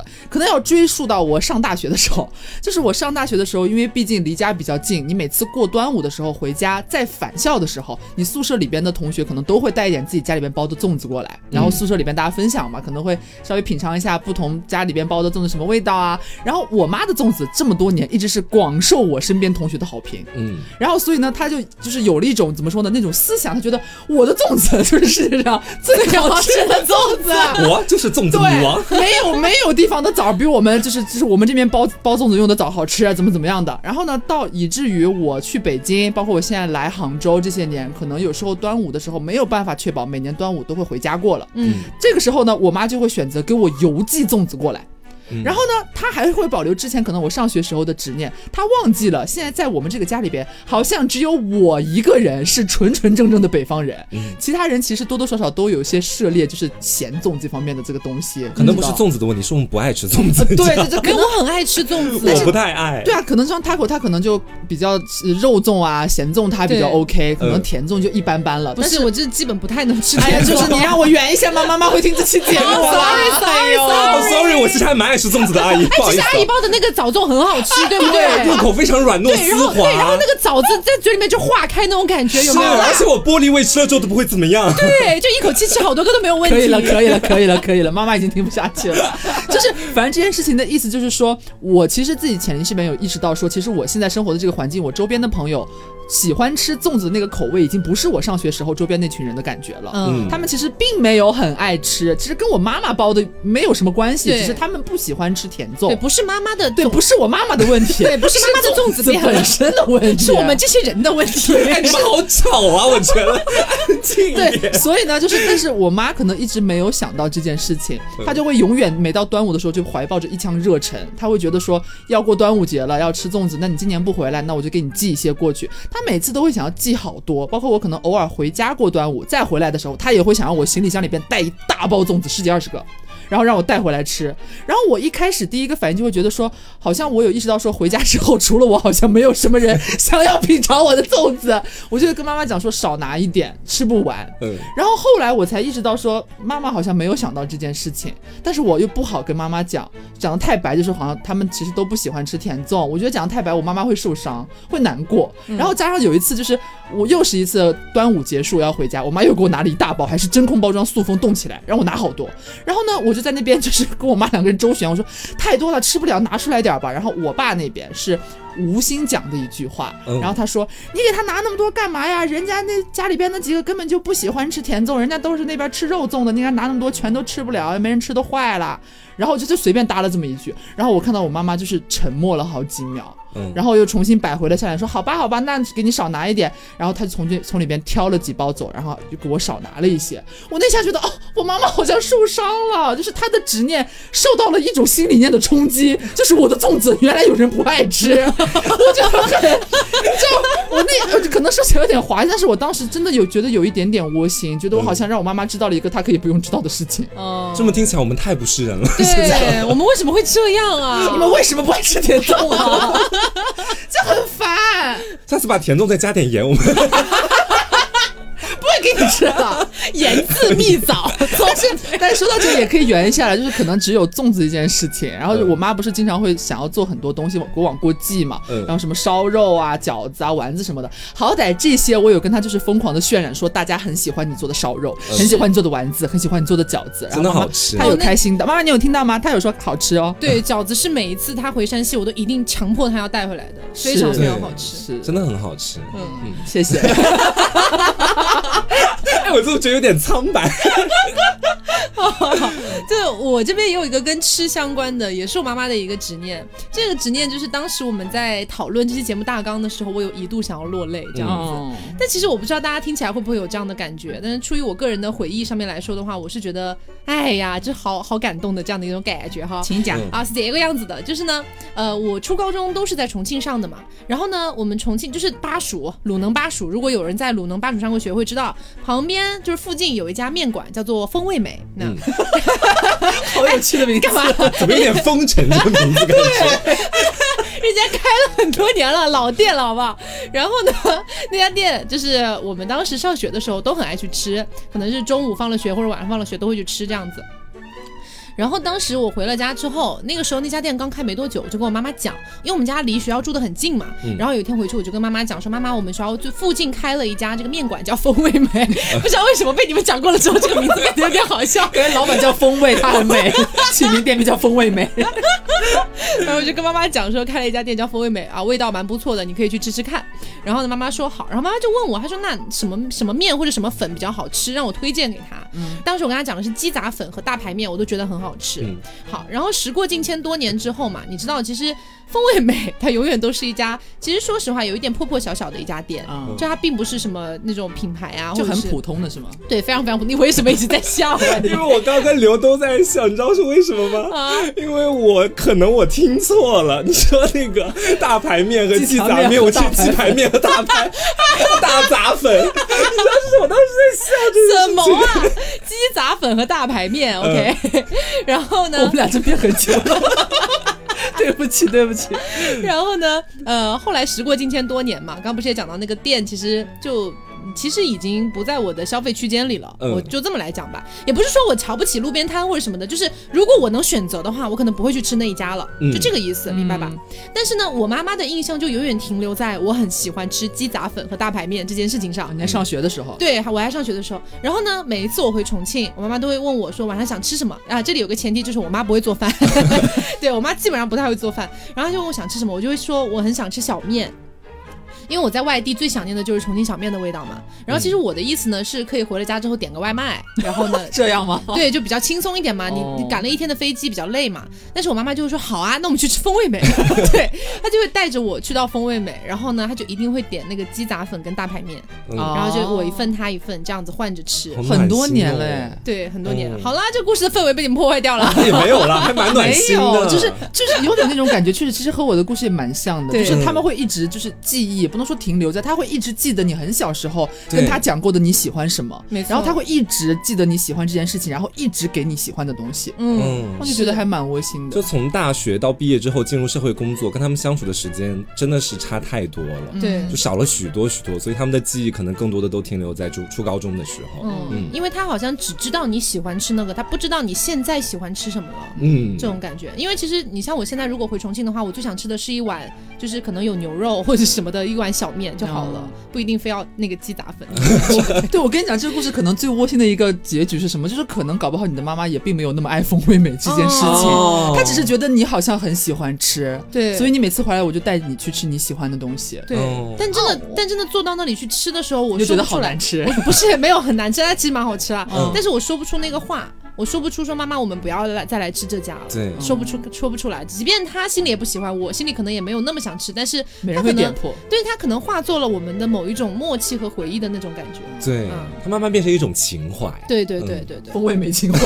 可能要追溯到我上大学的时候。就是我上大学的时候，因为毕竟离家比较近，你每次过端午的时候回家，在返校的时候，你宿舍里边的同学可能都会带一点自己家里边包的粽子过来，然后宿舍里边大家分享嘛，可能会稍微品尝一下不同家里边包的粽子什么味道啊。然后我妈的粽子这么多年一直是广受我身边同学的好评，然后所以呢，她就是有了一种怎么说呢，那种思想，她觉得我的粽子就是世界上最好吃的粽子， 我就是粽子女王， 没有地方的枣比我们就是我们这边包粽子用的枣好吃啊，怎么样的。然后呢，到以至于我去北京，包括我现在来杭州这些年，可能有时候端午的时候没有办法确保每年端午都会回家过了，这个时候呢，我妈就会选择给我邮寄粽子过来。然后呢，他还会保留之前可能我上学时候的执念，他忘记了现在在我们这个家里边好像只有我一个人是纯正正的北方人，其他人其实多多少少都有些涉猎，就是咸粽这方面的这个东西。 可能不是粽子的问题，是我们不爱吃粽子。 对， 可我很爱吃粽子， 我不太爱。 对啊，可能像 Taco 他可能就比较肉粽啊咸粽他比较 OK， 可能甜粽就一般般了。 不是，我这基本不太能吃甜粽。就是你让我圆一下吗？妈妈会听这期节目 Sorry， 我其实还蛮爱吃粽子的，阿姨。 其实阿姨包的那个枣粽很好吃，对不对？ 入口非常软糯丝滑， 对，然后那个枣子在嘴里面就化开那种感觉，有没有？ 而且我玻璃胃吃了之后都不会怎么样。 对，就一口气吃好多个都没有问题。 可以了，妈妈已经听不下去了。就是反正这件事情的意思就是说，我其实自己潜意识里面有意识到说，其实我现在生活的这个环境，我周边的朋友喜欢吃粽子的那个口味已经不是我上学时候周边那群人的感觉了。他们其实并没有很爱吃，其实跟我妈妈包的没有什么关系，只是他们不喜欢吃甜粽。 对，不是妈妈的， 对，不是我妈妈的问题， 对，不是妈妈的粽子本身的问题， 是我们这些人的问题。 你们好吵啊，我觉得。 对，所以呢，但是我妈可能一直没有想到这件事情，她就会永远每到端午的时候就怀抱着一腔热忱，她会觉得说要过端午节了，要吃粽子，那你今年不回来，那我就给你寄一些过去。她每次都会想要寄好多，包括我可能偶尔回家过端午再回来的时候，她也会想让我行李箱里边带一大包粽子，10几20个。然后让我带回来吃，然后我一开始第一个反应就会觉得说，好像我有意识到说回家之后除了我好像没有什么人想要品尝我的粽子，我就跟妈妈讲说少拿一点，吃不完。然后后来我才意识到说妈妈好像没有想到这件事情，但是我又不好跟妈妈讲得太白，就是好像他们其实都不喜欢吃甜粽，我觉得讲得太白我妈妈会受伤会难过。然后加上有一次就是我又是一次端午结束要回家，我妈又给我拿了一大包，还是真空包装塑封冻起来，让我拿好多。然后呢我就在那边就是跟我妈两个人周旋，我说太多了吃不了，拿出来点吧。然后我爸那边是无心讲的一句话，然后他说你给他拿那么多干嘛呀，人家那家里边那几个根本就不喜欢吃甜粽，人家都是那边吃肉粽的，你给他拿那么多全都吃不了，没人吃都坏了。然后就随便搭了这么一句，然后我看到我妈妈就是沉默了好几秒，然后又重新摆回了下来，说好吧那给你少拿一点。然后他就从里边挑了几包走，然后就给我少拿了一些。我那下觉得我妈妈好像受伤了，就是她的执念受到了一种心理念的冲击，就是我的粽子原来有人不爱吃。我就我那可能说起来有点滑，但是我当时真的觉得有一点点窝心，觉得我好像让我妈妈知道了一个她可以不用知道的事情。 这么听起来我们太不是人了。 对，我们为什么会这样啊？ 你们为什么不爱吃甜粽啊？这很烦。 下次把甜粽再加点盐，我们不会给你吃的。 盐渍蜜枣。 但是说到这个也可以圆一下来，就是可能只有粽子一件事情，然后我妈不是经常会想要做很多东西往过寄嘛，然后什么烧肉啊饺子啊丸子什么的，好歹这些我有跟她就是疯狂的渲染说大家很喜欢你做的烧肉，很喜欢你做的丸子，很喜欢你做的饺子， 真的好吃。 她有开心的。妈妈你有听到吗？她有说好吃哦。 对，饺子是每一次她回山西我都一定强迫她要带回来的，非常非常好吃， 是真的很好吃。 谢谢。 哎，我就觉得有点苍白。 对，我这边也有一个跟吃相关的，也是我妈妈的一个执念。这个执念就是当时我们在讨论这期节目大纲的时候，我有一度想要落泪这样子。但其实我不知道大家听起来会不会有这样的感觉，但是出于我个人的回忆上面来说的话，我是觉得哎呀这好感动的这样的一种感觉哈。 请讲。 是这个样子的，就是呢我初高中都是在重庆上的嘛，然后呢我们重庆就是巴蜀鲁能巴蜀，如果有人在鲁能巴蜀上过学会知道，旁边就是附近有一家面馆叫做风味美。 好有趣的名字。 干嘛？ 怎么有点风尘这个名字感觉？ 人家开了很多年了，老店了好不好？然后呢那家店就是我们当时上学的时候都很爱去吃，可能是中午放了学或者晚上放了学都会去吃这样子。 然后当时我回了家之后，那个时候那家店刚开没多久，我就跟我妈妈讲，因为我们家离学校住得很近嘛。然后有一天回去我就跟妈妈讲说，妈妈，我们学校最附近开了一家这个面馆叫风味美，不知道为什么被你们讲过了之后，这个名字感觉有点好笑。 因为老板叫风味，他很美，起名店名叫风味美。 然后我就跟妈妈讲说，开了一家店叫风味美啊，味道蛮不错的，你可以去吃吃看。然后呢，妈妈说好，然后妈妈就问我，她说那什么面或者什么粉比较好吃，让我推荐给她。当时我跟她讲的是鸡杂粉和大排面，我都觉得很好吃。好，然后时过境迁多年之后嘛，你知道其实风味美它永远都是一家，其实说实话有一点破破小小的一家店，就它并不是什么那种品牌啊， 就很普通的是吗？ 对，非常非常普通。你为什么一直在笑啊？ 因为我刚跟刘都在笑，你知道是为什么吗？因为我听错了，你说那个大排面和鸡杂面，我吃鸡排面和大杂粉，你知道是我当时在笑这什么啊？鸡杂粉和大排面 ，OK，然后呢？ 我们俩这边很久了。对不起。 然后呢，后来时过境迁多年嘛，刚不是也讲到那个店，其实已经不在我的消费区间里了，我就这么来讲吧，也不是说我瞧不起路边摊或者什么的，就是如果我能选择的话，我可能不会去吃那一家了，就这个意思，明白吧？但是呢，我妈妈的印象就永远停留在我很喜欢吃鸡杂粉和大排面这件事情上。 你在上学的时候？对， 我还上学的时候。然后呢，每一次我回重庆，我妈妈都会问我说晚上想吃什么啊？这里有个前提就是我妈不会做饭，对，我妈基本上不太会做饭，然后就问我想吃什么，我就会说我很想吃小面。因为我在外地最想念的就是重庆小面的味道嘛。然后其实我的意思呢是可以回了家之后点个外卖，然后呢这样吗？ 对，就比较轻松一点嘛。你赶了一天的飞机比较累嘛。但是我妈妈就会说好啊，那我们去吃风味美。对，她就会带着我去到风味美，然后呢她就一定会点那个鸡杂粉跟大排面，然后就我一份她一份这样子换着吃。 很多年了。 对，很多年了。好啦，这故事的氛围被你们破坏掉了。 也没有啦，还蛮暖心的。 没有，就是有点那种感觉，确实其实和我的故事也蛮像的。就是他们会一直就是记忆，也不能说停留在，他会一直记得你很小时候跟他讲过的你喜欢什么，然后他会一直记得你喜欢这件事情，然后一直给你喜欢的东西。我就觉得还蛮窝心的。 就从大学到毕业之后进入社会工作，跟他们相处的时间真的是差太多了， 对， 就少了许多，所以他们的记忆可能更多的都停留在初高中的时候。 因为他好像只知道你喜欢吃那个，他不知道你现在喜欢吃什么了。这种感觉。因为其实你像我现在如果回重庆的话，我最想吃的是一碗就是可能有牛肉或者什么的一碗小面就好了，不一定非要那个鸡杂粉。 对，我跟你讲，这个故事可能最窝心的一个结局是什么？就是可能搞不好你的妈妈也并没有那么爱风味美这件事情，她只是觉得你好像很喜欢吃， 对， 所以你每次回来我就带你去吃你喜欢的东西。 对，但真的坐到那里去吃的时候，我就觉得好难吃。 不是，没有很难吃，它其实蛮好吃啊。但是我说不出那个话。我说不出说妈妈我们不要再来吃这家了， 对， 说不出来。即便他心里也不喜欢，我心里可能也没有那么想吃，但是没人会点破， 对，他可能化作了我们的某一种默契和回忆的那种感觉。 对，他慢慢变成一种情怀。 对， 风味美情怀。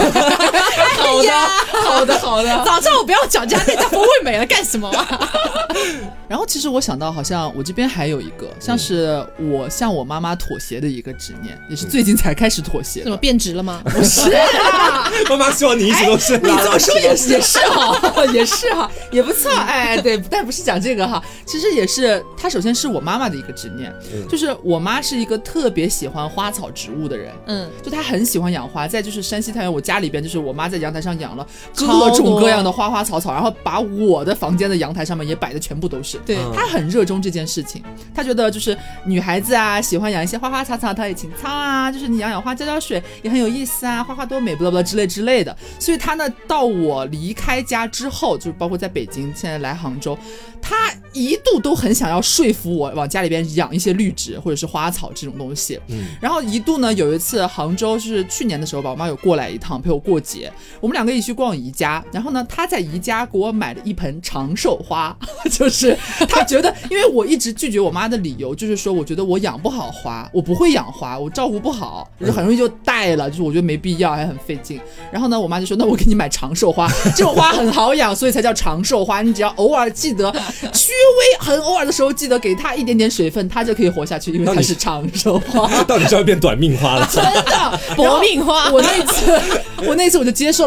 好的。 早知道我不要讲这家店叫风味美了，干什么啊？ 然后其实我想到，好像我这边还有一个，像是我向我妈妈妥协的一个执念，也是最近才开始妥协。 怎么变直了吗？ 不是啊， 妈妈希望你一直都是。 你这么说也是哈，也是哈，也不错。哎，对，但不是讲这个哈，其实也是，它首先是我妈妈的一个执念，就是我妈是一个特别喜欢花草植物的人，就她很喜欢养花，在就是山西太原我家里边，就是我妈在阳台上养了各种各样的花花草草，然后把我的房间的阳台上面也摆的全部都是。 对， 她很热衷这件事情，她觉得就是女孩子啊，喜欢养一些花花草草，她也情操啊，就是你养花浇浇水也很有意思啊，花花多美不啦之类的。所以她呢，到我离开家之后，就是包括在北京，现在来杭州，她一度都很想要说服我往家里边养一些绿植或者是花草这种东西。然后一度呢，有一次杭州是去年的时候吧，我妈有过来一趟陪我过节，我们两个一起去逛宜家，然后呢，她在宜家给我买了一盆长寿花，就是她觉得，因为我一直拒绝我妈的理由就是说，我觉得我养不好花，我不会养花，我照顾不好，就是很容易就带了，就是我觉得没必要，还很费劲。然后呢，我妈就说，那我给你买长寿花，这种花很好养，所以才叫长寿花，你只要偶尔记得，稍微很偶尔的时候记得给它一点点水分，它就可以活下去，因为它是长寿花。 到底就要变短命花了？ 真的，搏命花。 我那次我就接受了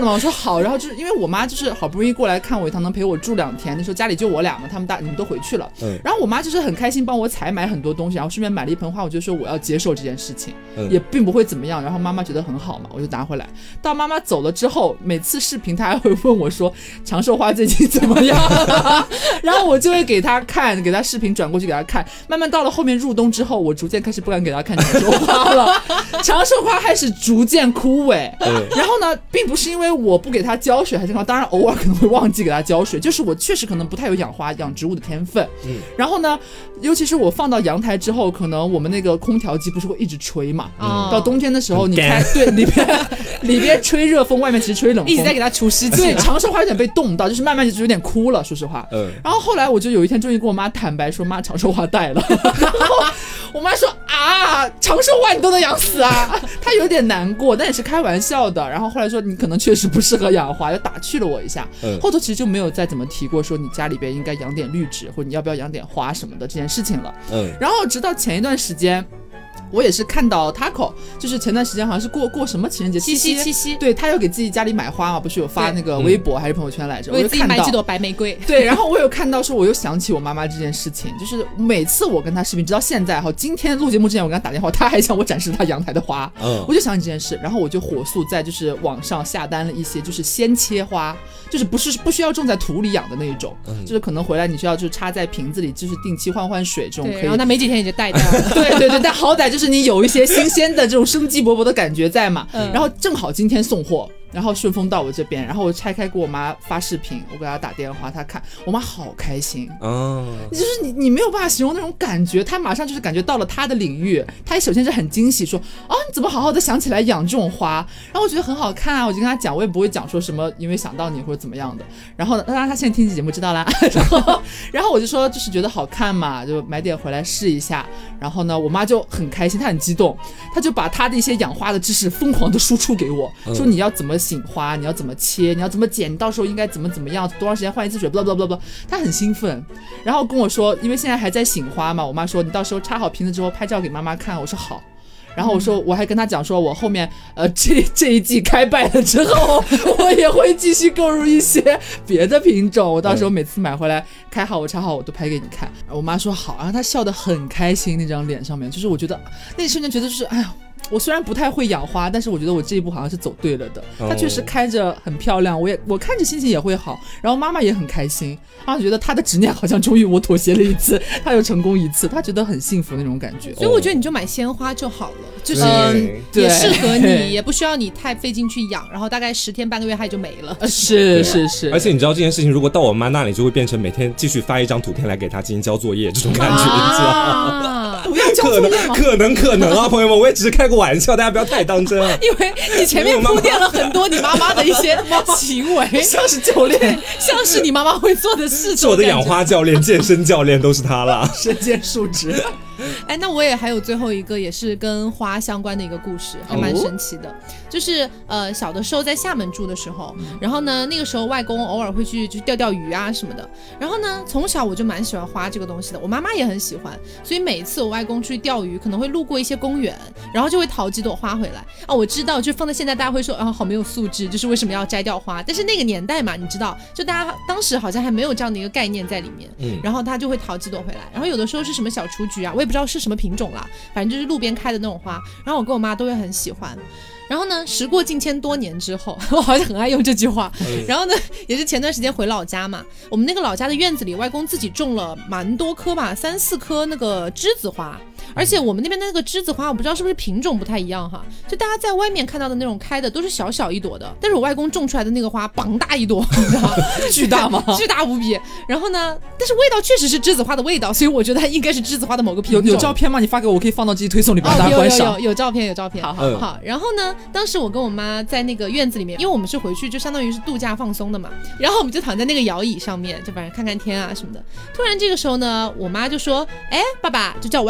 吗？我说好。然后就是因为我妈就是好不容易过来看我一趟，能陪我住2天，那时候家里就我俩嘛，你们都回去了。然后我妈就是很开心帮我采买很多东西，然后顺便买了一盆花，我就说我要接受这件事情，也并不会怎么样。然后妈妈觉得很好嘛，我就拿回来。到妈妈走了之后，每次视频她还会问我说长寿花最近怎么样然后我就会给她看，给她视频转过去给她看。慢慢到了后面入冬之后，我逐渐开始不敢给她看长寿花了长寿花开始逐渐枯萎。然后呢，并不是因为我不给她浇水还是什么，当然偶尔可能会忘记给她浇水，就是我确实可能不太有养植物的天分。然后呢，尤其是我放到阳台之后，可能我们那个空调机不是会一直吹嘛，到冬天的时候你开对里边吹热风，外面其实吹冷风， 一直在给它除湿气。 对，长寿花有点被冻到，就是慢慢就有点枯了，说实话。然后后来我就有一天终于跟我妈坦白说，妈，长寿花带了然后我妈说啊，长寿花你都能养死啊她有点难过，但也是开玩笑的。然后后来说你可能确实不适合养花，又打趣了我一下。后头其实就没有再怎么提过说你家里边应该养点绿植，或者你要不要养点花什么的这件事情了。然后直到前一段时间我也是看到 Taco， 就是前段时间好像是过什么情人节，七夕，对，他有给自己家里买花嘛，不是有发那个微博还是朋友圈来着， 为自己买几朵白玫瑰。 对，然后我有看到说，我又想起我妈妈这件事情，就是每次我跟她视频，直到现在哈，今天录节目之前我跟她打电话，她还向我展示她阳台的花，我就想起这件事，然后我就火速在就是网上下单了一些就是鲜切花，就是不需要种在土里养的那一种，就是可能回来你需要就是插在瓶子里，就是定期换水这种可以， 然后那没几天也就带掉了。 对，但好歹就是你有一些新鲜的这种生机勃勃的感觉在嘛。然后正好今天送货，然后顺丰到我这边，然后我拆开给我妈发视频，我给她打电话，她看，我妈好开心就是你没有办法形容那种感觉，她马上就是感觉到了她的领域，她首先是很惊喜说你怎么好好的想起来养这种花，然后我觉得很好看啊，我就跟她讲，我也不会讲说什么因为想到你或者怎么样的，然后当然她现在听节目知道啦然后我就说就是觉得好看嘛，就买点回来试一下，然后呢我妈就很开心，她很激动，她就把她的一些养花的知识疯狂的输出给我，说你要怎么醒花，你要怎么切，你要怎么剪，你到时候应该怎么样，多长时间换一次水，blah blah blah blah， 她很兴奋，然后跟我说因为现在还在醒花嘛，我妈说你到时候插好瓶子之后拍照给妈妈看，我说好，然后我说我还跟她讲说我后面这一季开败了之后我也会继续购入一些别的品种，我到时候每次买回来开好我插好我都拍给你看，我妈说好，然后她笑得很开心，那张脸上面就是我觉得那一瞬间觉得就是哎呀，我虽然不太会养花，但是我觉得我这一步好像是走对了的，它确实开着很漂亮，我看着心情也会好，然后妈妈也很开心，然后觉得她的执念好像终于我妥协了一次，她又成功一次，她觉得很幸福那种感觉。 所以我觉得你就买鲜花就好了，就是也适合你，也不需要你太费劲去养，然后大概10天半个月它也就没了。 是， 而且你知道这件事情如果到我妈那里就会变成每天继续发一张图片来给她进行交作业这种感觉，你知道不要交作业吗？ 可能啊，朋友们，我也只是开个玩笑，大家不要太当真啊。 因为你前面铺垫了很多你妈妈的一些行为， 像是教练， 像是你妈妈会做的事情， 是我的养花教练、健身教练都是她啦， 身兼数职。 哎，那我也还有最后一个也是跟花相关的一个故事，还蛮神奇的。就是小的时候在厦门住的时候，然后呢那个时候外公偶尔会去就钓鱼啊什么的，然后呢从小我就蛮喜欢花这个东西的，我妈妈也很喜欢，所以每次我外公出去钓鱼可能会路过一些公园，然后就会淘几朵花回来啊。我知道就放在现在大家会说好没有素质，就是为什么要摘掉花，但是那个年代嘛，你知道就大家当时好像还没有这样的一个概念在里面，然后他就会淘几朵回来，然后有的时候是什么小雏菊啊，我也不知道是什么品种啦，反正就是路边开的那种花，然后我跟我妈都会很喜欢。然后呢时过境迁多年之后，我好像很爱用这句话，然后呢也是前段时间回老家嘛，我们那个老家的院子里外公自己种了蛮多棵吧，3、4棵那个栀子花，而且我们那边的那个栀子花我不知道是不是品种不太一样哈，就大家在外面看到的那种开的都是小小一朵的，但是我外公种出来的那个花膀大一朵你知道吗？ 巨大吗？ 巨大无比。然后呢但是味道确实是栀子花的味道，所以我觉得它应该是栀子花的某个品种。 有照片吗？你发给我，我可以放到这期推送里帮大家观赏。 有照片好。 然后呢当时我跟我妈在那个院子里面，因为我们是回去就相当于是度假放松的嘛，然后我们就躺在那个摇椅上面，就反正看看天啊什么的。突然这个时候呢我妈就说爸爸，就叫我外公嘛，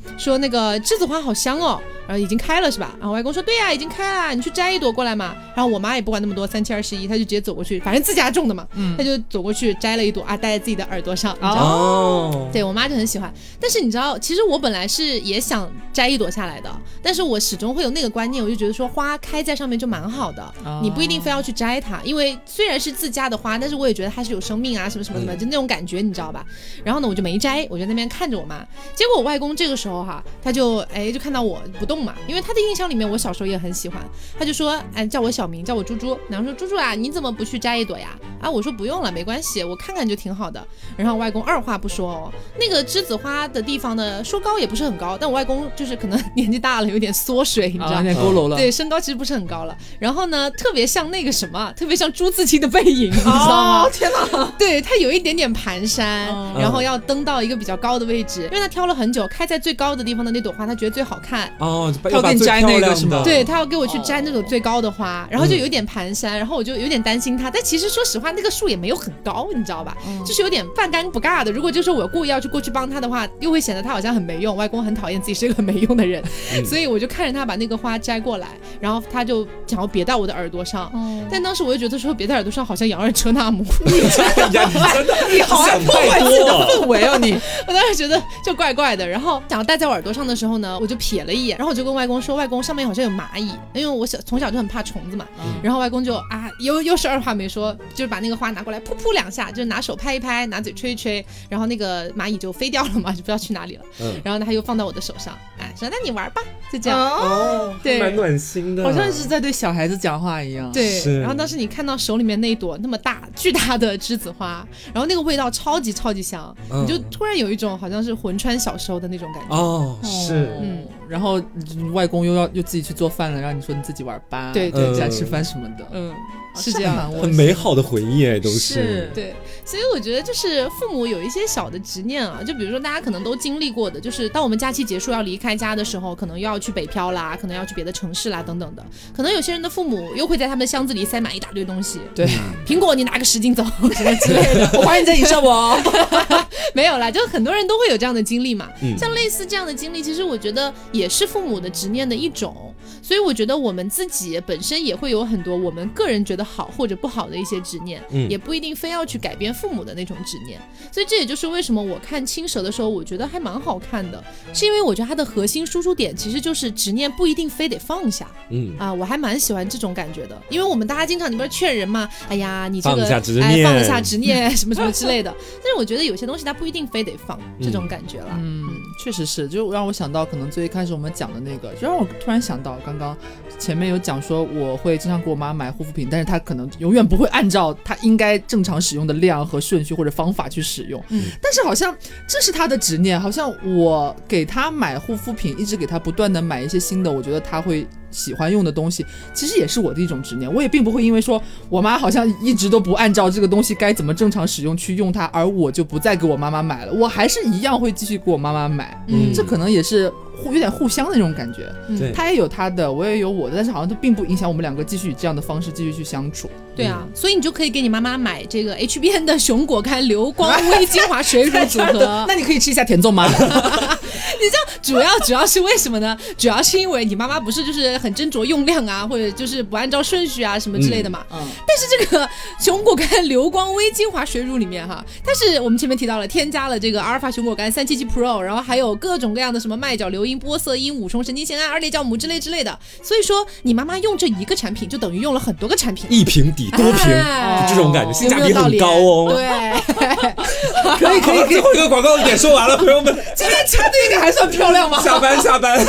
说那个栀子花好香哦，然后已经开了是吧？然后外公说对呀，已经开了，你去摘一朵过来嘛。然后我妈也不管那么多3七21，她就直接走过去，反正自家种的嘛，她就走过去摘了一朵啊，戴在自己的耳朵上。哦，对我妈就很喜欢。但是你知道，其实我本来是也想摘一朵下来的，但是我始终会有那个观念，我就觉得说花开在上面就蛮好的，你不一定非要去摘它，因为虽然是自家的花，但是我也觉得它是有生命啊，什么什么什么，就那种感觉，你知道吧？然后呢，我就没摘，我就在那边看着我妈。结果我外公这个时候哈，他就看到我不动嘛，因为他的印象里面我小时候也很喜欢，他就说叫我小名，叫我猪猪，然后说猪猪啊，你怎么不去摘一朵呀？啊，我说不用了，没关系，我看看就挺好的。然后外公二话不说哦，那个栀子花的地方呢，说高也不是很高，但我外公就是可能年纪大了，有点缩水，你知道吗？ 有点佝偻了。 对，身高其实不是很高了。然后呢，特别像那个什么，特别像朱自清的背影，你知道吗？ 天哪！ 对，他有一点点蹒跚，然后要登到一个比较高的位置，因为他挑了很久，开在最高的地方的那朵花，他觉得最好看。 哦， 他要给你摘那个是吗？ 对，他要给我去摘那种最高的花，然后就有点蹒跚，然后我就有点担心他。但其实说实话，那个树也没有很高，你知道吧？就是有点半干不尬的。如果就是我故意要去过去帮他的话，又会显得他好像很没用。外公很讨厌自己是一个很没用的人，所以我就看着他把那个花摘过来，然后他就想要别到我的耳朵上。但当时我就觉得说别在耳朵上好像扬尔车纳姆， 你好爱破坏自己的氛围哦你！ 我当时觉得就怪怪的，然后想要戴在我耳朵上的时候呢，我就瞥了一眼，然后我就跟外公说，外公上面好像有蚂蚁，因为我从小就很怕虫子嘛。然后外公就又是二话没说，就是把那个花拿过来噗噗2下，就是拿手拍一拍，拿嘴吹一吹，然后那个蚂蚁就飞掉了嘛，就不知道去哪里了。然后呢他又放到我的手上，说那你玩吧，就这样。 哦，对，蛮暖心的， 好像是在对小孩子讲话一样。 对，然后当时你看到手里面那一朵那么大巨大的栀子花，然后那个味道超级超级香，你就突然有一种好像是魂穿小时候的那种感觉。 哦，是， 然后外公又自己去做饭了，让你说你自己玩吧， 对， 在吃饭什么的， 是这样， 很美好的回忆都是。 对，所以我觉得就是父母有一些小的执念啊，就比如说大家可能都经历过的，就是当我们假期结束要离开家的时候，可能又要去北漂啦，可能要去别的城市啦等等的，可能有些人的父母又会在他们的箱子里塞满一大堆东西， 对， 苹果你拿个10斤走什么之类的， 我怀疑你在影射我。 没有啦，就很多人都会有这样的经历嘛，像类似这样的经历，其实我觉得也是父母的执念的一种，所以我觉得我们自己本身也会有很多我们个人觉得好或者不好的一些执念，也不一定非要去改变父母的那种执念，所以这也就是为什么我看青蛇的时候，我觉得还蛮好看的，是因为我觉得它的核心输出点其实就是执念不一定非得放下，我还蛮喜欢这种感觉的，因为我们大家经常你不是劝人嘛，哎呀你这个放下执念， 放下执念什么什么之类的，但是我觉得有些东西它不一定非得放，这种感觉了。 确实是，就让我想到可能最一开始我们讲的那个，就让我突然想到刚刚前面有讲说我会经常给我妈买护肤品，但是她可能永远不会按照她应该正常使用的量和顺序或者方法去使用，但是好像这是她的执念，好像我给她买护肤品，一直给她不断的买一些新的，我觉得她会喜欢用的东西，其实也是我的一种执念，我也并不会因为说我妈好像一直都不按照这个东西该怎么正常使用去用它，而我就不再给我妈妈买了，我还是一样会继续给我妈妈买，这可能也是有点互相的那种感觉，她也有她的，我也有我的，但是好像都并不影响我们两个继续以这样的方式继续去相处。 对啊，所以你就可以给你妈妈买这个 HBN 的熊果苷流光微精华水乳组合那你可以吃一下甜粽吗？ 你知道主要是为什么呢？主要是因为你妈妈不是就是很斟酌用量啊，或者就是不按照顺序啊什么之类的嘛。但是这个熊果苷流光微精华水乳里面哈，它是我们前面提到了添加了这个阿尔法熊果苷377 Pro， 然后还有各种各样的什么麦角硫因、玻色因、5重神经酰胺、2列酵母之类的，所以说你妈妈用这一个产品就等于用了很多个产品， 一瓶抵多瓶，就这种感觉，性价比很高哦。 对， 可以。 最后一个广告的点说完了，朋友们， 今天插这个还算漂亮吗？ 下班。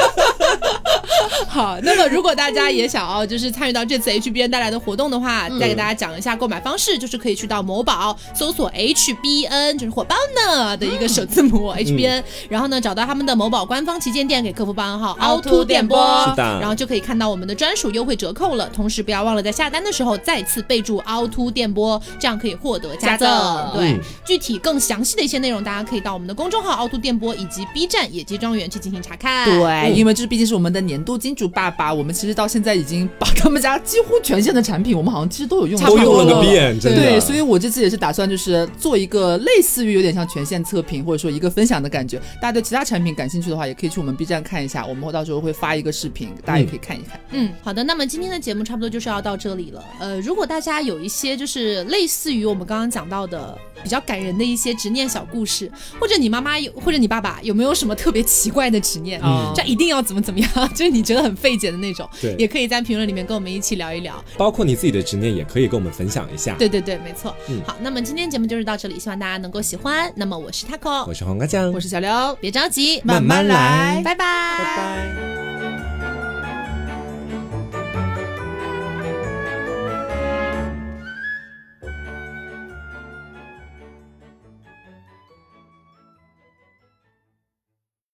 好，那么如果大家也想要就是参与到这次 HBN 带来的活动的话，再给大家讲一下购买方式，就是可以去到某宝搜索 HBN， 就是火爆呢的一个首字母 HBN，然后呢找到他们的某宝官方旗舰店，给客服报暗号凹凸电波， 是的， 然后就可以看到我们的专属优惠折扣了。同时不要忘了在下单的时候再次备注凹凸电波，这样可以获得加赠。对，具体更详细的一些内容，大家可以到我们的公众号凹凸电波以及 B 站野鸡庄园去进行查看。 对，因为这毕竟是我们的年度金主爸爸，我们其实到现在已经把他们家几乎全线的产品，我们好像其实都有用了， 都用了个遍，真的。 对，所以我这次也是打算就是做一个类似于有点像全线测评或者说一个分享的感觉。大家对其他产品感兴趣的话，也可以去我们 B 站看一下，我们到时候会发一个视频，大家也可以看一看。 好的，那么今天的节目差不多就是要到这里了。如果大家有一些就是类似于我们刚刚讲到的比较感人的一些执念小故事，或者你妈妈或者你爸爸有没有什么特别奇怪的执念，这一定要怎么样，就是你觉得很费解的那种， 对， 也可以在评论里面跟我们一起聊一聊， 包括你自己的执念也可以跟我们分享一下。 对对对，没错。好，那么今天节目就是到这里，希望大家能够喜欢。那么我是 Taco， 我是黄瓜酱， 我是小刘， 别着急， 慢慢来， 拜拜， 拜拜。